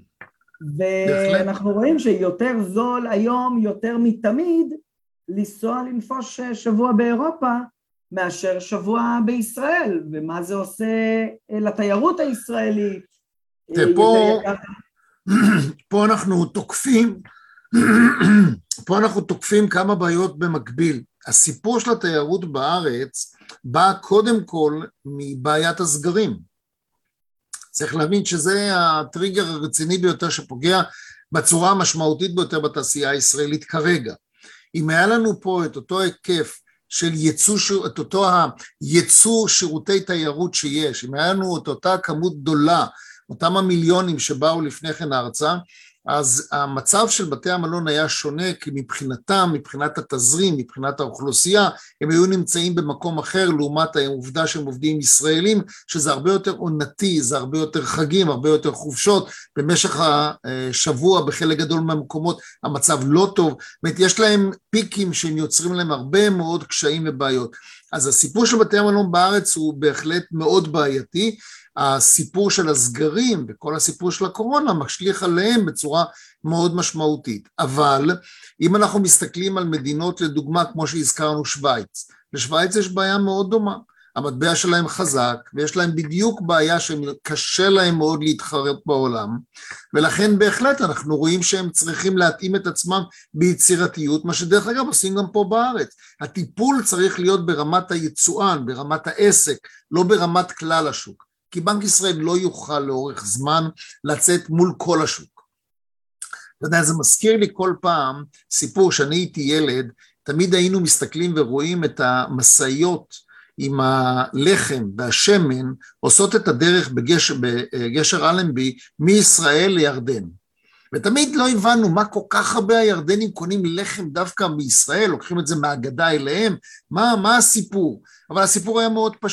ואנחנו רואים שיותר זול היום, יותר מתמיד, לנסוע לנפוש שבוע באירופה, מאשר שבוע בישראל, ומה זה עושה לתיירות הישראלית. פה אנחנו תוקפים כמה בעיות במקביל. הסיפור של התיירות בארץ בא קודם כל מבעיית הסגרים. צריך להבין שזה הטריגר הרציני ביותר שפוגע בצורה המשמעותית ביותר בתעשייה הישראלית כרגע. אם היה לנו פה את אותו היקף של את אותו הייצוא שירותי תיירות שיש, אם היה לנו את אותה כמות גדולה, אותם המיליונים שבאו לפני כן הארצה, אז המצב של בתי המלון היה שונה, כי מבחינתם, מבחינת התזרים, מבחינת האוכלוסייה, הם היו נמצאים במקום אחר, לעומת העובדה שהם עובדים ישראלים, שזה הרבה יותר עונתי, זה הרבה יותר חגים, הרבה יותר חופשות, במשך השבוע בחלק גדול מהמקומות המצב לא טוב, יש להם פיקים שהם יוצרים להם הרבה מאוד קשיים ובעיות. אז הסיפור של בתי המלון בארץ הוא בהחלט מאוד בעייתי, הסיפור של הסגרים וכל הסיפור של הקורונה משליך עליהם בצורה מאוד משמעותית, אבל אם אנחנו מסתכלים על מדינות לדוגמה כמו שהזכרנו שוויץ, לשוויץ יש בעיה מאוד דומה, המטבע שלהם חזק ויש להם בדיוק בעיה שקשה להם מאוד להתחרט בעולם, ולכן בהחלט אנחנו רואים שהם צריכים להתאים את עצמם ביצירתיות, מה שדרך אגב עושים גם פה בארץ, הטיפול צריך להיות ברמת היצואן, ברמת העסק, לא ברמת כלל השוק, כי בנק ישראל לא יוכל לאורך זמן לצאת מול כל השוק. אתה יודע, זה מזכיר לי כל פעם סיפור שאני הייתי ילד, תמיד היינו מסתכלים ורואים את המשאיות עם הלחם והשמן, עושות את הדרך בגשר אלנבי מישראל לירדן. ותמיד לא הבנו מה כל כך הרבה הירדנים קונים לחם דווקא מישראל, לוקחים את זה מהגדה אליהם, מה הסיפור? אבל הסיפור היה מאוד פשוט.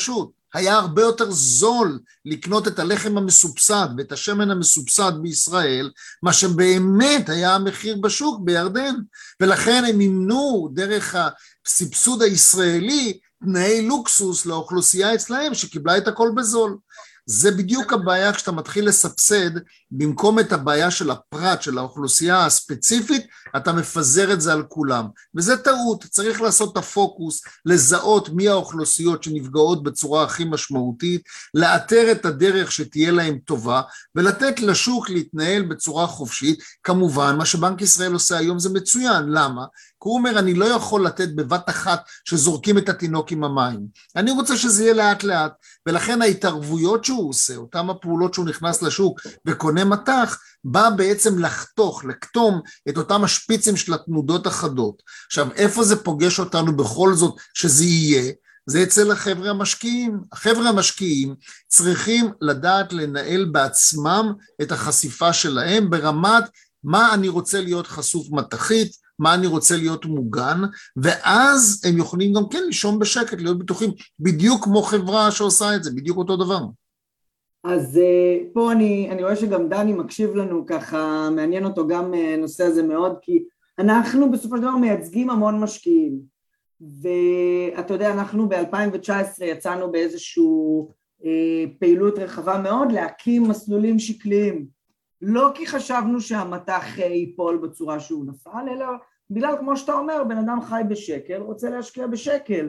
היה הרבה יותר זול לקנות את הלחם המסובסד ואת השמן המסובסד בישראל, מה שבאמת היה המחיר בשוק בירדן, ולכן הם ימנו דרך הסבסוד הישראלי תנאי לוקסוס לאוכלוסייה אצלהם שקיבלה את הכל בזול. זה בדיוק הבעיה כשאתה מתחיל לסבסד, במקום את הבעיה של הפרט, של האוכלוסייה הספציפית, אתה מפזר את זה על כולם. וזה טעות, צריך לעשות את הפוקוס, לזהות מי האוכלוסיות שנפגעות בצורה הכי משמעותית, לאתר את הדרך שתהיה להם טובה, ולתת לשוק להתנהל בצורה חופשית. כמובן, מה שבנק ישראל עושה היום זה מצוין. למה? כי הוא אומר, אני לא יכול לתת בבת אחת שזורקים את התינוק עם המים. אני רוצה שזה יהיה לאט לאט, ולכן ההתערבויות שהוא עושה, אותם הפעולות שהוא נכנס לשוק וקונה מתח, בא בעצם לקטום את אותם השפיצים של התנודות החדות. עכשיו, איפה זה פוגש אותנו בכל זאת שזה יהיה? זה אצל החבר'ה המשקיעים. החבר'ה המשקיעים צריכים לדעת לנהל בעצמם את החשיפה שלהם ברמת מה אני רוצה להיות חשוף מתחית, מה אני רוצה להיות מוגן, ואז הם יכולים גם כן לישון בשקט, להיות בטוחים, בדיוק כמו חברה שעושה את זה, בדיוק אותו דבר. אז פה אני רואה שגם דני מקשיב לנו ככה, מעניין אותו גם הנושא הזה מאוד, כי אנחנו בסופו של דבר מייצגים המון משקיעים, ואתה יודע, אנחנו ב-2019 יצאנו באיזשהו פעילות רחבה מאוד להקים מסלולים שקליים, לא כי חשבנו שהמתח ייפול בצורה שהוא נפל, אלא בגלל, כמו שאתה אומר, בן אדם חי בשקל, רוצה להשקיע בשקל.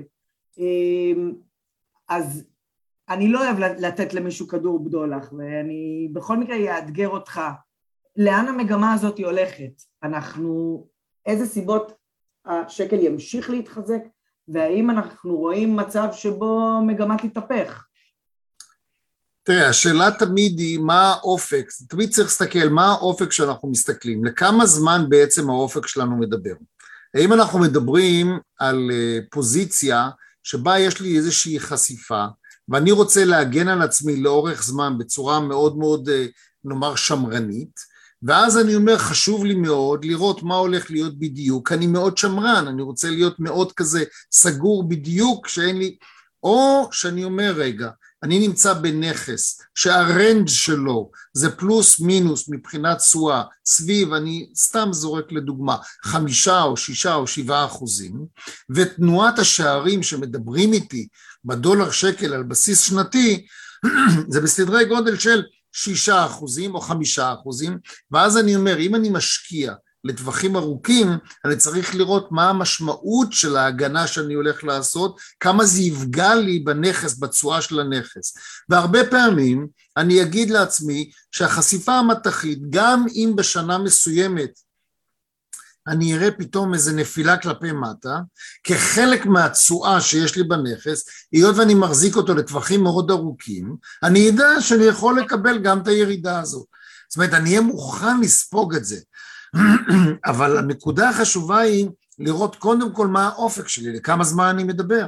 אז אני לא אוהב לתת למישהו כדור בדולח, ואני בכל מקרה יאתגר אותך. לאן המגמה הזאת היא הולכת? איזה סיבות השקל ימשיך להתחזק, והאם אנחנו רואים מצב שבו מגמה תתהפך? תראה, השאלה תמיד היא מה האופק, תמיד צריך להסתכל מה האופק שאנחנו מסתכלים, לכמה זמן בעצם האופק שלנו מדבר. האם אנחנו מדברים על פוזיציה שבה יש לי איזושהי חשיפה, ואני רוצה להגן על עצמי לאורך זמן בצורה מאוד מאוד, נאמר, שמרנית, ואז אני אומר, חשוב לי מאוד לראות מה הולך להיות בדיוק, אני מאוד שמרן, אני רוצה להיות מאוד כזה סגור בדיוק שאין לי, או שאני אומר, רגע, אני נמצא בנכס שהרנג' שלו זה פלוס מינוס מבחינת תשואה, סביב, אני סתם זורק לדוגמה, 5 או 6 או 7%, ותנועת השערים שמדברים איתי בדולר שקל על בסיס שנתי, זה בסדרי גודל של 6% או 5%, ואז אני אומר, אם אני משקיע לטווחים ארוכים, אני צריך לראות מה המשמעות של ההגנה שאני הולך לעשות, כמה זה יפגע לי בנכס, בתשואה של הנכס. והרבה פעמים אני אגיד לעצמי שהחשיפה המתחית, גם אם בשנה מסוימת אני אראה פתאום איזה נפילה כלפי מטה, כחלק מהתשואה שיש לי בנכס, היות ואני מחזיק אותו לטווחים מאוד ארוכים, אני יודע שאני יכול לקבל גם את הירידה הזאת. זאת אומרת, אני אהיה מוכן לספוג את זה. אבל הנקודה החשובה היא לראות קודם כל מה האופק שלי, לכמה זמן אני מדבר.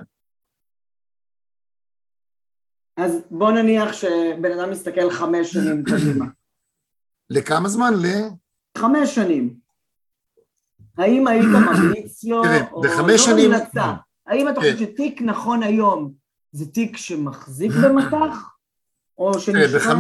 אז בוא נניח שבן אדם מסתכל 5 שנים קדימה. לכמה זמן? 5 שנים. האם היית ממליץ לו, או לא המלצה? האם אתה חושב שתיק נכון היום זה תיק שמחזיק במתח? או שנשמע...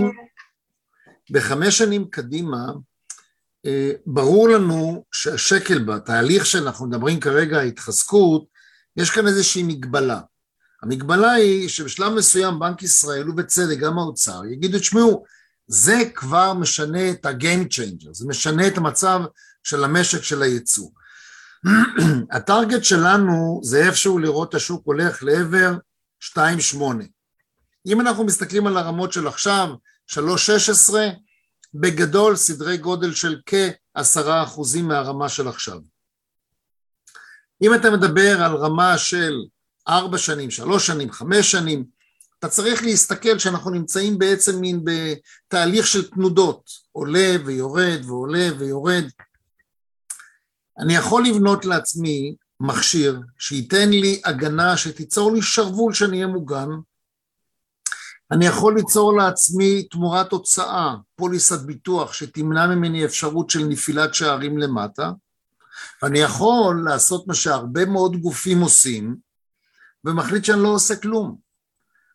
ב5 שנים קדימה, ברור לנו שהשקל בתהליך שאנחנו מדברים כרגע, ההתחזקות, יש כאן איזושהי מגבלה. המגבלה היא שבשלב מסוים בנק ישראל ובצדק גם האוצר יגידו, תשמעו, זה כבר משנה את ה-game changer, זה משנה את המצב של המשק של הייצוא. הטרגט שלנו זה איפשהו לראות השוק הולך לעבר 2.8. אם אנחנו מסתכלים על הרמות של עכשיו, 3.16, בגדול סדרי גודל של כ10% מהרמה של עכשיו. אם אתה מדבר על רמה של 4 שנים, 3 שנים, 5 שנים, אתה צריך להסתכל שאנחנו נמצאים בעצם מין בתהליך של תנודות, עולה ויורד ועולה ויורד. אני יכול לבנות לעצמי מכשיר שייתן לי הגנה, שתיצור לי שרוול שאני אהיה מוגן, אני יכול ליצור לעצמי תמורת הוצאה, פוליסת ביטוח שתמנע ממני אפשרות של נפילת שערים למטה, ואני יכול לעשות מה שהרבה מאוד גופים עושים, ומחליט שאני לא עושה כלום.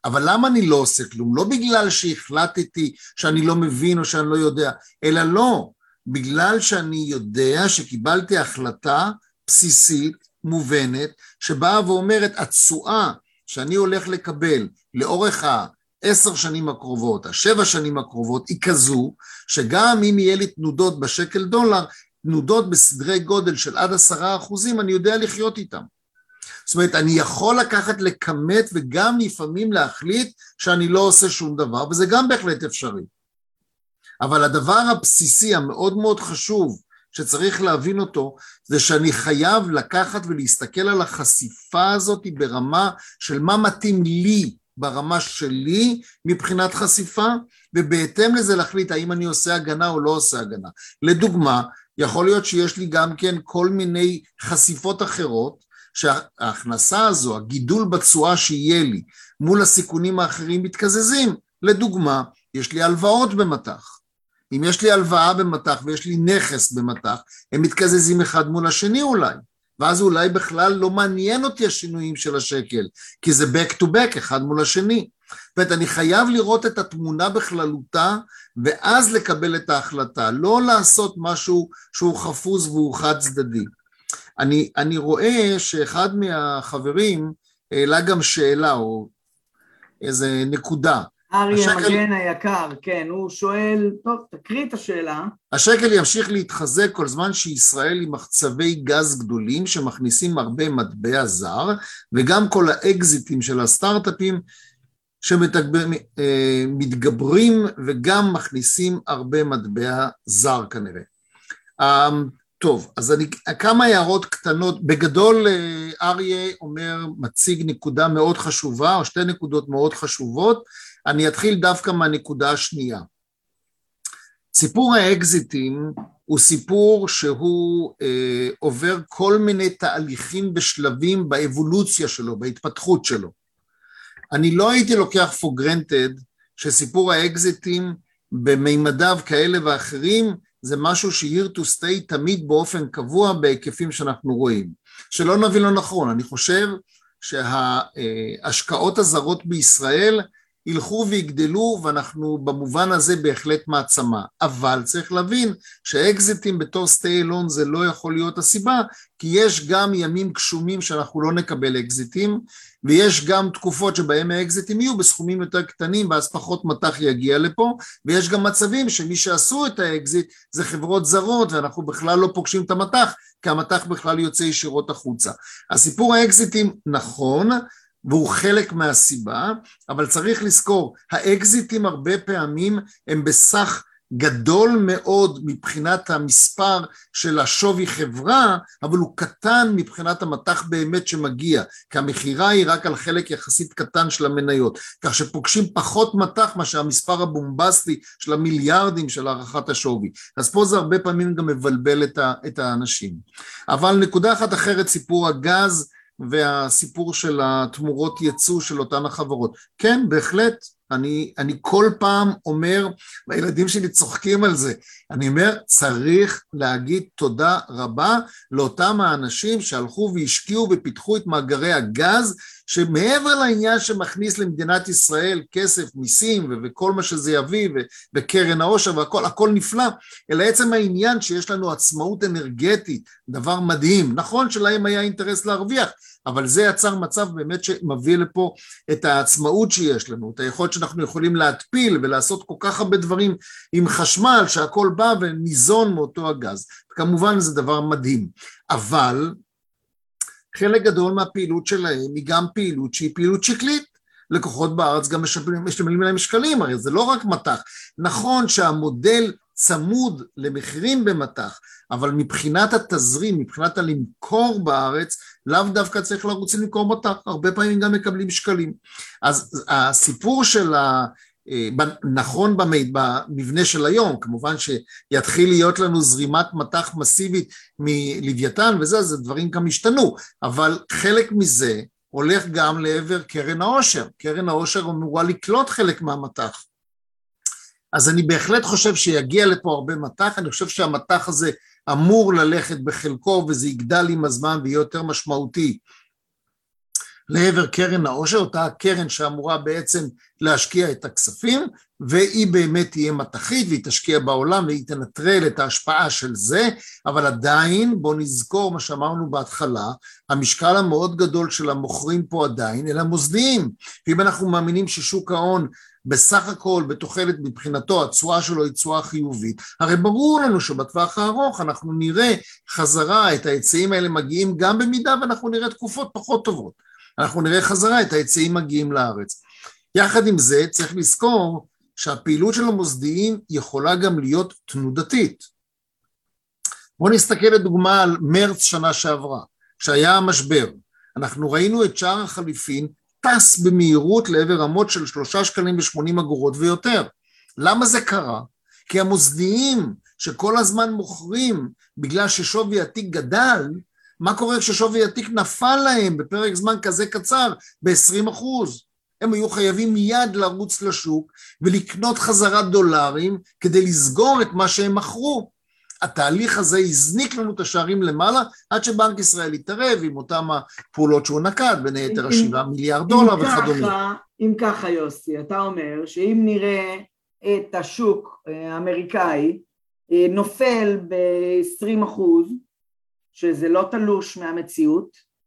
אבל למה אני לא עושה כלום? לא בגלל שהחלטתי שאני לא מבין או שאני לא יודע, אלא לא, בגלל שאני יודע שקיבלתי החלטה בסיסית, מובנת, שבאה ואומרת, התשואה שאני הולך לקבל לאורך 10 שנים הקרובות, 7 שנים הקרובות, היא כזו, שגם אם יהיה לי תנודות בשקל דולר, תנודות בסדרי גודל של עד 10%, אני יודע לחיות איתם. זאת אומרת, אני יכול לקחת לכמת וגם לפעמים להחליט שאני לא עושה שום דבר, וזה גם בהחלט אפשרי. אבל הדבר הבסיסי המאוד מאוד חשוב שצריך להבין אותו, זה שאני חייב לקחת ולהסתכל על החשיפה הזאת ברמה של מה מתאים לי, ברמה שלי מבחינת חשיפה, ובהתאם לזה להחליט האם אני עושה הגנה או לא עושה הגנה. לדוגמה, יכול להיות שיש לי גם כן כל מיני חשיפות אחרות, שההכנסה הזו, הגידול בתשואה שיהיה לי, מול הסיכונים האחרים מתקזזים. לדוגמה, יש לי הלוואות במטח. אם יש לי הלוואה במטח ויש לי נכס במטח, הם מתקזזים אחד מול השני אולי. ואז אולי בכלל לא מעניין אותי השינויים של השקל, כי זה back to back, אחד מול השני. זאת אומרת, אני חייב לראות את התמונה בכללותה, ואז לקבל את ההחלטה, לא לעשות משהו שהוא חפוז והוא חד צדדי. אני רואה שאחד מהחברים העלה גם שאלה, או איזה נקודה. אריה מגן היקר, כן, הוא שואל, טוב, תקריא את השאלה. השקל ימשיך להתחזק כל זמן שישראל היא מחצבי גז גדולים שמכניסים הרבה מטבע זר, וגם כל האקזיטים של הסטארט-אפים שמתגברים וגם מכניסים הרבה מטבע זר כנראה. טוב, אז כמה הערות קטנות, בגדול אריה אומר, מציג נקודה מאוד חשובה, או 2 נקודות מאוד חשובות, אני אתחיל דווקא מהנקודה השנייה. סיפור האקזיטים הוא סיפור שהוא עובר כל מיני תהליכים בשלבים באבולוציה שלו, בהתפתחות שלו. אני לא הייתי לוקח for granted שסיפור האקזיטים במימדיו כאלה ואחרים, זה משהו ש-here to stay תמיד באופן קבוע בהיקפים שאנחנו רואים. שלא נבין לא נכון, אני חושב שההשקעות הזרות בישראל ילכו ויגדלו, ואנחנו במובן הזה בהחלט מעצמה. אבל צריך להבין שהאקזיטים בתור stay alone זה לא יכול להיות הסיבה, כי יש גם ימים קשומים שאנחנו לא נקבל אקזיטים, ויש גם תקופות שבהם האקזיטים יהיו בסכומים יותר קטנים, ואז פחות מטח יגיע לפה, ויש גם מצבים שמי שעשו את האקזיט זה חברות זרות, ואנחנו בכלל לא פוגשים את המטח, כי המטח בכלל יוצא ישירות החוצה. הסיפור האקזיטים נכון, והוא חלק מהסיבה, אבל צריך לזכור, האקזיטים הרבה פעמים הם בסך גדול מאוד מבחינת המספר של השווי חברה, אבל הוא קטן מבחינת המטח באמת שמגיע, כי המחירה היא רק על חלק יחסית קטן של המניות, כך שפוגשים פחות מטח מאשר המספר הבומבסטי של המיליארדים של הערכת השווי. אז פה זה הרבה פעמים גם מבלבל את האנשים. אבל נקודה אחת אחרת, סיפור הגז, והסיפור של התמורות ייצוא של אותן החברות. כן, בהחלט, אני כל פעם אומר, והילדים שלי צוחקים על זה, אני אומר, צריך להגיד תודה רבה לאותם האנשים שהלכו והשקיעו ופיתחו את מאגרי הגז, שמעבר לעניין שמכניס למדינת ישראל כסף, מיסים וכל מה שזה יביא, וקרן העושר והכל, הכל נפלא, אלא עצם העניין שיש לנו עצמאות אנרגטית, דבר מדהים. נכון שלהם היה אינטרס להרוויח, אבל זה יצר מצב באמת שמביא לפה את העצמאות שיש לנו, את היכולת שאנחנו יכולים להתפיל ולעשות כל כך הרבה דברים עם חשמל, שהכל בא וניזון מאותו הגז. כמובן זה דבר מדהים, אבל חלק גדול מהפעילות שלהם היא גם פעילות שהיא פעילות שקלית. לקוחות בארץ גם משלמים להם שקלים, הרי זה לא רק מטח. נכון שהמודל צמוד למחירים במטח, אבל מבחינת התזרים, מבחינת הלמכור בארץ, לאו דווקא צריך לרוץ למכור מטח, הרבה פעמים גם מקבלים שקלים. אז הסיפור של נכון במבנה של היום, כמובן שיתחיל להיות לנו זרימת מטח מסיבית מלוויתן וזה, אז דברים גם השתנו, אבל חלק מזה הולך גם לעבר קרן העושר. קרן העושר אמורה לקלוט חלק מהמטח. אז אני בהחלט חושב שיגיע לפה הרבה מטח, אני חושב שהמטח הזה אמור ללכת בחלקו, וזה יגדל עם הזמן ויהיה יותר משמעותי לעבר קרן העושר, אותה הקרן שאמורה בעצם להשקיע את הכספים, והיא באמת תהיה מתחית, והיא תשקיע בעולם, והיא תנטרל את ההשפעה של זה, אבל עדיין, בוא נזכור מה שאמרנו בהתחלה, המשקל המאוד גדול של המוכרים פה עדיין, אלה המוסדיים, ואם אנחנו מאמינים ששוק ההון, בסך הכל, בתוחלת מבחינתו, התשואה שלו היא תשואה חיובית, הרי ברור לנו שבטווח הארוך אנחנו נראה חזרה, את היצאים האלה מגיעים גם במידה, ואנחנו נראה תקופות פחות טובות, אנחנו נראה חזרה, את היצאים מגיעים לארץ. יחד עם זה, צריך לזכור שהפעילות של המוסדיים יכולה גם להיות תנודתית. בואו נסתכל לדוגמה על מרץ שנה שעברה, כשהיה המשבר, אנחנו ראינו את שער החליפין, טס במהירות לעבר רמות של 3.80 שקלים ויותר. למה זה קרה? כי המוסדיים שכל הזמן מוכרים בגלל ששווי התיק גדל, מה קורה כששווי התיק נפל להם בפרק זמן כזה קצר ב-20%? הם היו חייבים מיד לרוץ לשוק ולקנות חזרה דולרים כדי לסגור את מה שהם מכרו. התהליך הזה הזניק לנו את השערים למעלה, עד שבנק ישראל יתערב עם אותם הפעולות שהוא נקט, בין היתר 7 מיליארד דולר וכדומה. אם ככה יוסי, אתה אומר שאם נראה את השוק האמריקאי נופל ב-20%, שזה לא תלוש מהמציאות,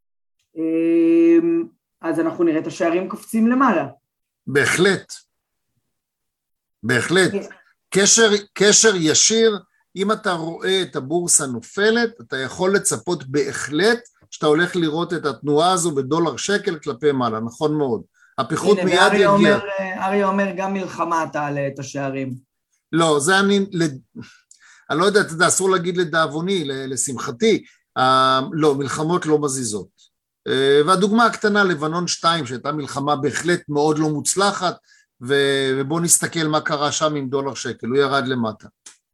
אז אנחנו נראה את השערים קופצים למעלה. בהחלט. בהחלט. קשר ישיר, אם אתה רואה את הבורסה נופלת, אתה יכול לצפות בהחלט שאתה הולך לראות את התנועה הזו בדולר שקל כלפי מעלה, נכון מאוד. הפיחות מיד יגיע. אריה אומר גם מלחמה תעלה את השערים. לא, זה אני לא יודע, אתה יודע, אסור להגיד לדאבוני, לשמחתי, לא, מלחמות לא מזיזות. והדוגמה הקטנה, לבנון 2, שהייתה מלחמה בהחלט מאוד לא מוצלחת, ובוא נסתכל מה קרה שם עם דולר שקל, הוא ירד למטה.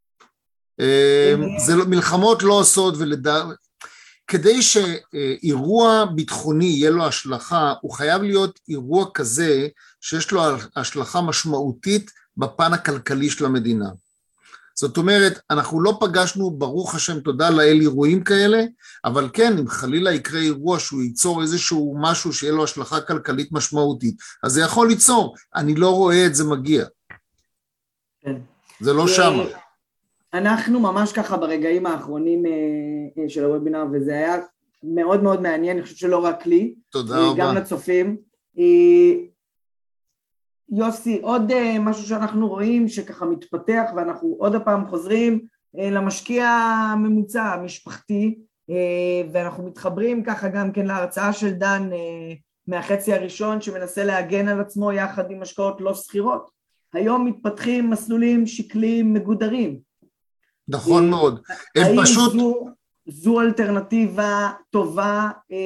מלחמות לא עושות, כדי שאירוע ביטחוני יהיה לו השלכה, הוא חייב להיות אירוע כזה שיש לו השלכה משמעותית בפן הכלכלי של המדינה. זאת אומרת, אנחנו לא פגשנו, ברוך השם, תודה לאל, אירועים כאלה, אבל כן, אם חלילה יקרה אירוע שהוא ייצור איזשהו משהו שיהיה לו השלכה כלכלית משמעותית, אז זה יכול ליצור, אני לא רואה את זה מגיע. כן. זה לא שם. אנחנו ממש ככה ברגעים האחרונים של הוובינר, וזה היה מאוד מאוד מעניין, אני חושב שלא רק לי, תודה רבה. גם לצופים. יוסי, עוד משהו שאנחנו רואים שככה מתפתח, ואנחנו עוד הפעם חוזרים למשקיע הממוצע המשפחתי, ואנחנו מתחברים ככה גם כן להרצאה של דן מהחצי הראשון, שמנסה להגן על עצמו יחד עם השקעות לא סחירות. היום מתפתחים מסלולים שקליים מגודרים. נכון מאוד. הם פשוט... זו אלטרנטיבה טובה,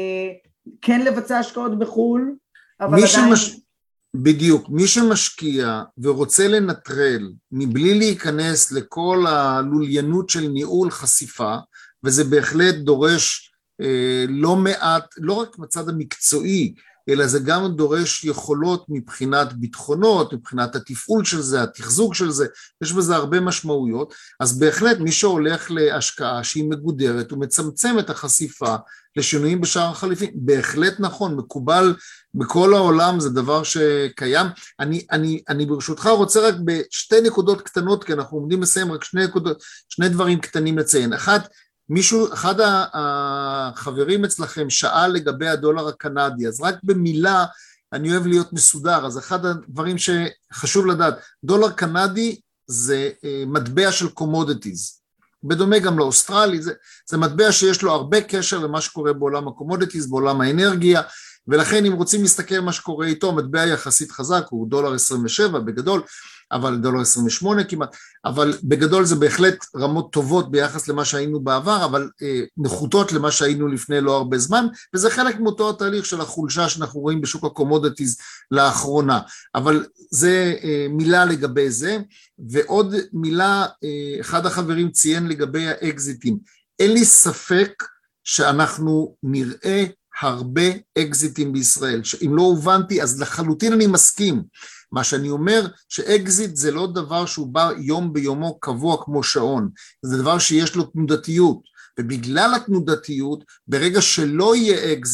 כן לבצע השקעות בחו"ל, אבל עדיין... בדיוק, מי שמשקיע ורוצה לנטרל מבלי להיכנס לכל הלוליינות של ניהול חשיפה, וזה בהחלט דורש לא מעט, לא רק בצד המקצועי, אלא זה גם דורש יכולות מבחינת ביטחונות, מבחינת התפעול של זה, התחזוק של זה, יש בזה הרבה משמעויות, אז בהחלט מי שהולך להשקעה שהיא מגודרת, הוא מצמצם את החשיפה לשינויים בשער החליפין, בהחלט נכון, מקובל בכל העולם, זה דבר שקיים. אני ברשותך רוצה רק בשתי נקודות קטנות, כי אנחנו עומדים לסיים רק שני דברים קטנים לציין. אחד החברים אצלכם שאל לגבי הדולר הקנדי, אז רק במילה, אני אוהב להיות מסודר, אז אחד הדברים שחשוב לדעת, דולר קנדי זה מטבע של קומודיטיז, בדומה גם לאוסטרלי, זה מטבע שיש לו הרבה קשר למה שקורה בעולם הקומודיטיז, בעולם האנרגיה, ולכן אם רוצים להסתכל מה שקורה איתו, מטבע יחסית חזק, הוא $1.27 בגדול, אבל $1.28 כמעט, אבל בגדול זה בהחלט רמות טובות ביחס למה שהיינו בעבר, אבל נחותות למה שהיינו לפני לא הרבה זמן, וזה חלק מאותו התהליך של החולשה שאנחנו רואים בשוק הקומודיטיז לאחרונה, אבל זה מילה לגבי זה, ועוד מילה, אחד החברים ציין לגבי האקזיטים, אין לי ספק שאנחנו נראה הרבה אקזיטים בישראל, אם לא הובנתי אז לחלוטין אני מסכים, מה שאני אומר שאקזיט זה לא דבר שהוא בא יום ביומו קבוע כמו שעון, זה דבר שיש לו תנודתיות, ובגלל התנודתיות ברגע שלא יהיה אקזיט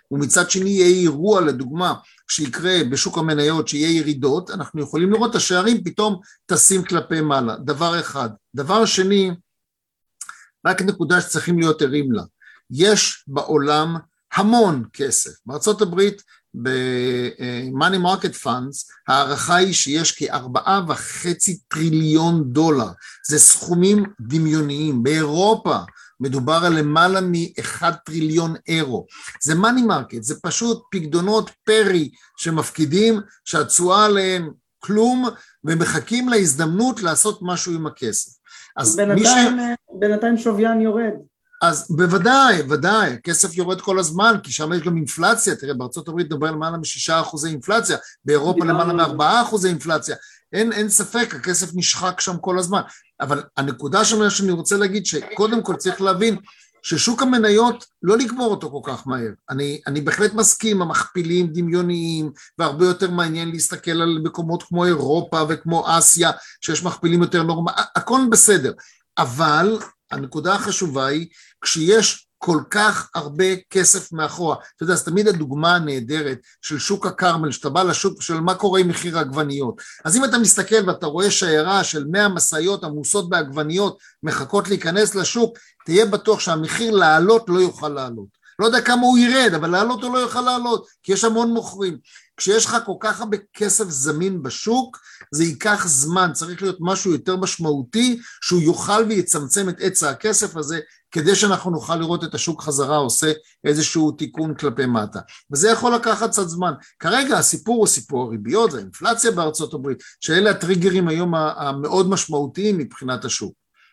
ומצד שני יהיה אירוע לדוגמה שיקרה בשוק המניות שיהיה ירידות, אנחנו יכולים לראות את השערים פתאום טסים כלפי מעלה, דבר אחד. דבר שני, רק נקודה שצריכים להיות ערים לה, יש בעולם המון כסף, בארצות הברית ב-Money Market Funds, הערכה היא שיש כ$4.5 טריליון, זה סכומים דמיוניים, באירופה מדובר על למעלה מ1 טריליון אירו, זה Money Market, זה פשוט פקדונות פרי שמפקידים, שהתשואה עליהם כלום, ומחכים להזדמנות לעשות משהו עם הכסף. אז בינתיים שוויין יורד. אז בוודאי, הכסף יורד כל הזמן, כי שם יש גם אינפלציה, תראה, בארצות הברית מדבר למעלה מ6% אינפלציה, באירופה למעלה מ4% אינפלציה, אין ספק, הכסף נשחק שם כל הזמן, אבל הנקודה שאני רוצה להגיד, שקודם כל צריך להבין, ששוק המניות לא לגמור אותו כל כך מהר, אני בהחלט מסכים, המכפילים דמיוניים, והרבה יותר מעניין להסתכל על מקומות כמו אירופה וכמו אסיה, שיש מכפילים יותר נורמליים, הכל בסדר, אבל הנקודה החשובה היא, כשיש כל כך הרבה כסף מאחורה, אתה יודע, אז תמיד הדוגמה הנהדרת של שוק הקרמל, שאתה בא לשוק של מה קורה עם מחיר העגבניות, אז אם אתה מסתכל ואתה רואה שיירה של 100 משאיות עמוסות בעגבניות, מחכות להיכנס לשוק, תהיה בטוח שהמחיר לעלות לא יוכל לעלות, לא יודע כמה הוא ירד, אבל לעלות הוא לא יוכל לעלות, כי יש המון מוכרים, כשיש לך כל כך הרבה כסף זמין בשוק, זה ייקח זמן, צריך להיות משהו יותר משמעותי, שהוא יוכל ויצמצם את עצה הכסף הזה, כדי שאנחנו נוכל לראות את השוק חזרה, עושה איזשהו תיקון כלפי מטה, וזה יכול לקחת קצת זמן, כרגע הסיפור הוא סיפור הריביות, זה האינפלציה בארצות הברית, שאלה הטריגרים היום המאוד משמעותיים מבחינת השוק.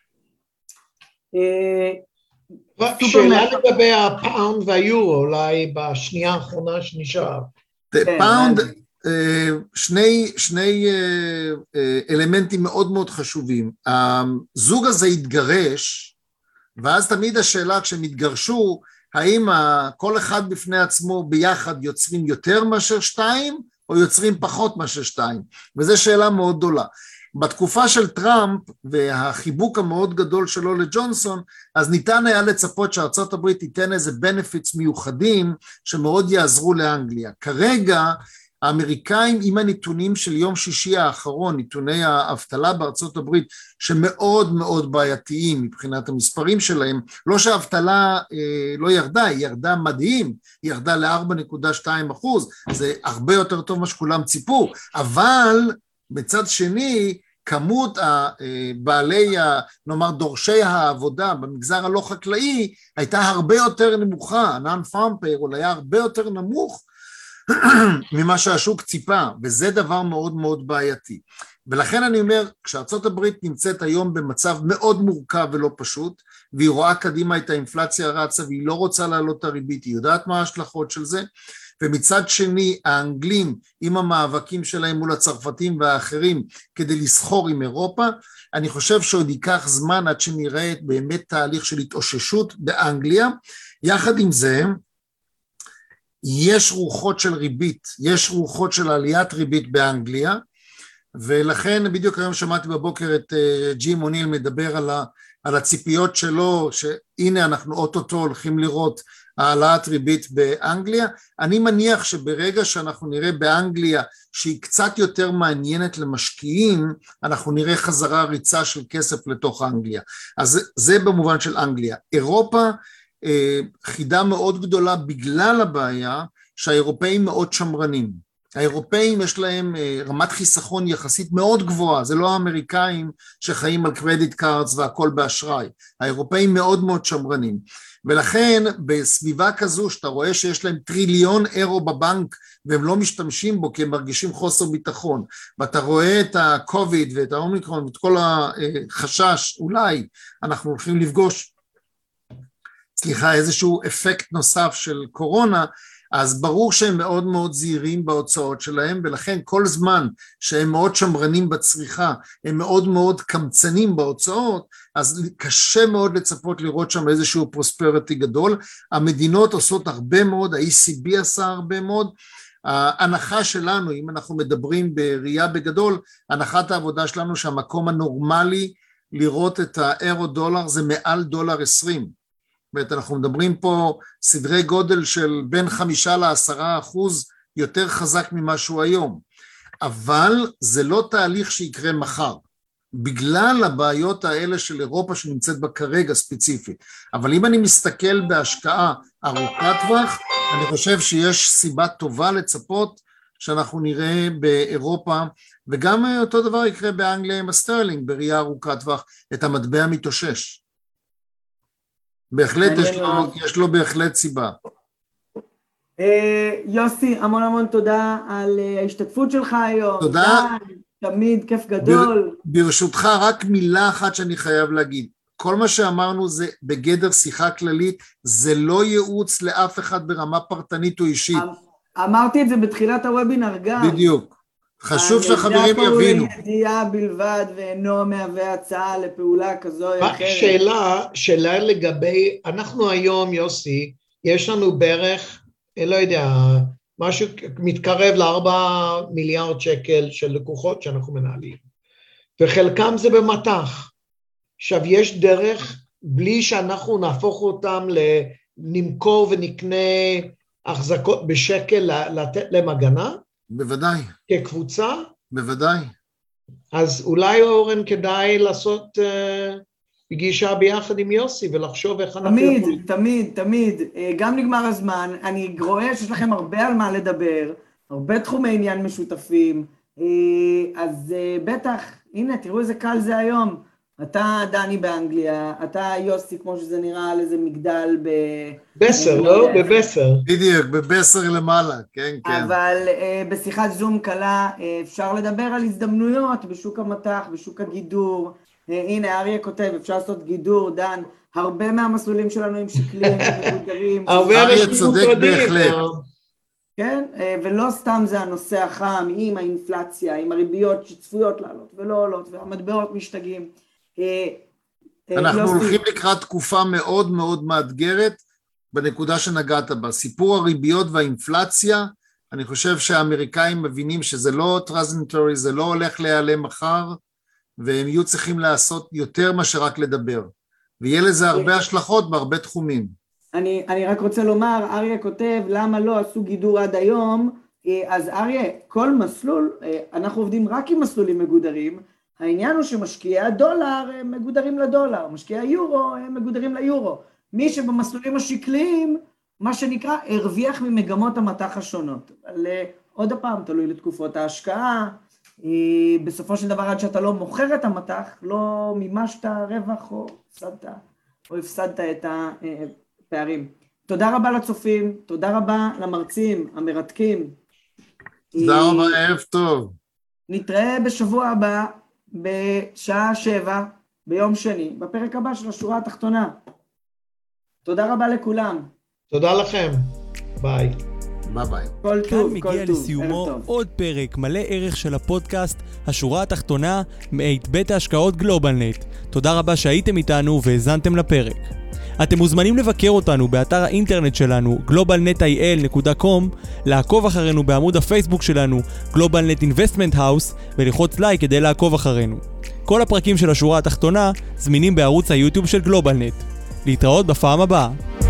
שאלה לגבי הפאונד והיורו, אולי בשנייה האחרונה שנשאר. פאונד, שני אלמנטים מאוד מאוד חשובים, הזוג הזה התגרש, ואז תמיד השאלה כשמתגרשו, האם כל אחד בפני עצמו ביחד יוצרים יותר מאשר 2, או יוצרים פחות מאשר 2, וזו שאלה מאוד גדולה. בתקופה של טראמפ והחיבוק המאוד גדול שלו לג'ונסון, אז ניתן היה לצפות שארצות הברית תיתן איזה benefits מיוחדים שמאוד יעזרו לאנגליה. כרגע האמריקאים עם הנתונים של יום שישי האחרון, נתוני האבטלה בארצות הברית שמאוד מאוד בעייתיים מבחינת המספרים שלהם, לא שהאבטלה לא ירדה, היא ירדה מדהים, היא ירדה ל4.2%, זה הרבה יותר טוב מה שכולם ציפו, אבל בצד שני, כמות בעלי, נאמר, דורשי העבודה במגזר הלא חקלאי, הייתה הרבה יותר נמוכה, non-farm payroll היה הרבה יותר נמוך ממה שהשוק ציפה, וזה דבר מאוד מאוד בעייתי. ולכן אני אומר, כשארצות הברית נמצאת היום במצב מאוד מורכב ולא פשוט, והיא רואה קדימה את האינפלציה הרצה, והיא לא רוצה להעלות את הריבית, היא יודעת מה ההשלכות של זה, ומצד שני האנגלים עם המאבקים שלהם מול הצרפתים והאחרים כדי לסחור עם אירופה, אני חושב שעוד ייקח זמן עד שנראה באמת תהליך של התאוששות באנגליה. יחד עם זה יש רוחות של ריבית, יש רוחות של עליית ריבית באנגליה, ולכן בדיוק היום שמעתי בבוקר את ג'ים אוניל מדבר על הציפיות שלו, שהנה אנחנו אוטוטו הולכים לראות העלאת ריבית באנגליה. אני מניח שברגע שאנחנו נראה באנגליה שהיא קצת יותר מעניינת למשקיעים, אנחנו נראה חזרה ריצה של כסף לתוך אנגליה. אז זה במובן של אנגליה. אירופה חידה מאוד גדולה בגלל הבעיה שהאירופאים מאוד שמרנים. האירופאים יש להם רמת חיסכון יחסית מאוד גבוהה, זה לא האמריקאים שחיים על קרדיט קארדס והכל באשראי, האירופאים מאוד מאוד שמרנים, ולכן בסביבה כזו שאתה רואה שיש להם טריליון אירו בבנק והם לא משתמשים בו כי הם מרגישים חוסר ביטחון, ואתה רואה את הקוביד ואת האומיקרון ואת כל החשש, אולי אנחנו הולכים לפגוש איזשהו אפקט נוסף של קורונה, אז ברור שהם מאוד מאוד זהירים בהוצאות שלהם, ולכן כל זמן שהם מאוד שמרנים בצריכה, הם מאוד מאוד קמצנים בהוצאות, אז קשה מאוד לצפות לראות שם איזשהו פרוספריטי גדול. המדינות עושות הרבה מאוד, ה-ECB עשה הרבה מאוד, ההנחה שלנו, אם אנחנו מדברים בראייה בגדול, הנחת העבודה שלנו שהמקום הנורמלי לראות את האירו דולר זה מעל $1.20, זאת אומרת, אנחנו מדברים פה סדרי גודל של בין 5-10% יותר חזק ממה שהוא היום, אבל זה לא תהליך שיקרה מחר, בגלל הבעיות האלה של אירופה שנמצאת בה כרגע ספציפית. אבל אם אני מסתכל בהשקעה ארוכת טווח, אני חושב שיש סיבה טובה לצפות שאנחנו נראה באירופה, וגם אותו דבר יקרה באנגליה עם הסטרלינג, בראייה ארוכת טווח, את המטבע מתאושש. בהחלט יש לו בהחלט סיבה. יוסי, המון המון תודה על ההשתתפות שלך היום. תודה. תמיד כיף גדול. ברשותך רק מילה אחת שאני חייב להגיד. כל מה שאמרנו זה בגדר שיחה כללית, זה לא ייעוץ לאף אחד ברמה פרטנית או אישית. אמרתי את זה בתחילת הוובינר גם. בדיוק. חשוב שהחברים יבינו. ידיעה בלבד ואינו מהווה הצעה לפעולה כזו או אחרת. שאלה לגבי, אנחנו היום, יוסי, יש לנו בערך, לא יודע, משהו מתקרב ל4 מיליארד שקל של לקוחות שאנחנו מנהלים, וחלקם זה במטח. עכשיו, יש דרך, בלי שאנחנו נהפוך אותם למכור ונקנה החזקות בשקל, לתת להם הגנה? בוודאי. כקבוצה? בוודאי. אז אולי אורן כדאי לעשות פגישה ביחד עם יוסי ולחשוב איך אנחנו יכולים. תמיד. גם נגמר הזמן, אני רואה שיש לכם הרבה על מה לדבר, הרבה תחומי עניין משותפים, אז בטח, הנה, תראו איזה קל זה היום. אתה דני באנגליה, אתה יוסי כמו שזה נראה על איזה מגדל בסר, לא? בבסר. בדיוק, בבסר למעלה, כן. אבל בשיחת זום קלה אפשר לדבר על הזדמנויות בשוק המטח, בשוק הגידור. הנה, אריה כותב, אפשר לעשות גידור, דן, הרבה מהמסלולים שלנו עם שקלים, מבוגרים. אריה צודק בהחלט. כן, ולא סתם זה הנושא החם, עם האינפלציה, עם הריביות שצפויות לעלות ולא עולות, והמטבעות משתגעים. אנחנו הולכים לקראת תקופה מאוד מאוד מאתגרת בנקודה שנגעת בה. סיפור הריביות והאינפלציה, אני חושב שהאמריקאים מבינים שזה לא טרנזיטורי, זה לא הולך להיעלם מחר, והם יהיו צריכים לעשות יותר מאשר רק לדבר. ויהיה לזה הרבה השלכות בהרבה תחומים. אני רק רוצה לומר, אריה כותב, למה לא עשו גידור עד היום? אז אריה, כל מסלול, אנחנו עובדים רק עם מסלולים מגודרים, העניין הוא שמשקיעי הדולר הם מגודרים לדולר, משקיעי היורו הם מגודרים ליורו. מי שבמסלולים השקליים, מה שנקרא, הרוויח ממגמות המטח השונות. אבל עוד הפעם, תלוי לתקופות ההשקעה, בסופו של דבר עד שאתה לא מוכר את המטח, לא מימשת רווח או הפסדת את הפערים. תודה רבה לצופים, תודה רבה למרצים המרתקים. תודה רבה, ערב טוב. נתראה בשבוע הבא, בשעה 7, ביום שני, בפרק הבא של השורה התחתונה. תודה רבה לכולם. תודה לכם. ביי. ביי. כל טוב, כל טוב. כאן מגיע לסיומו עוד פרק מלא ערך של הפודקאסט השורה התחתונה מאת בית ההשקעות גלובלנט. תודה רבה שהייתם איתנו והזנתם לפרק. אתם מוזמנים לבקר אותנו באתר האינטרנט שלנו globalnetil.com, לעקוב אחרינו בעמוד הפייסבוק שלנו GlobalNet Investment House ולחוץ לייק כדי לעקוב אחרינו. כל הפרקים של השורה התחתונה זמינים בערוץ היוטיוב של גלובלנט. להתראות בפעם הבאה.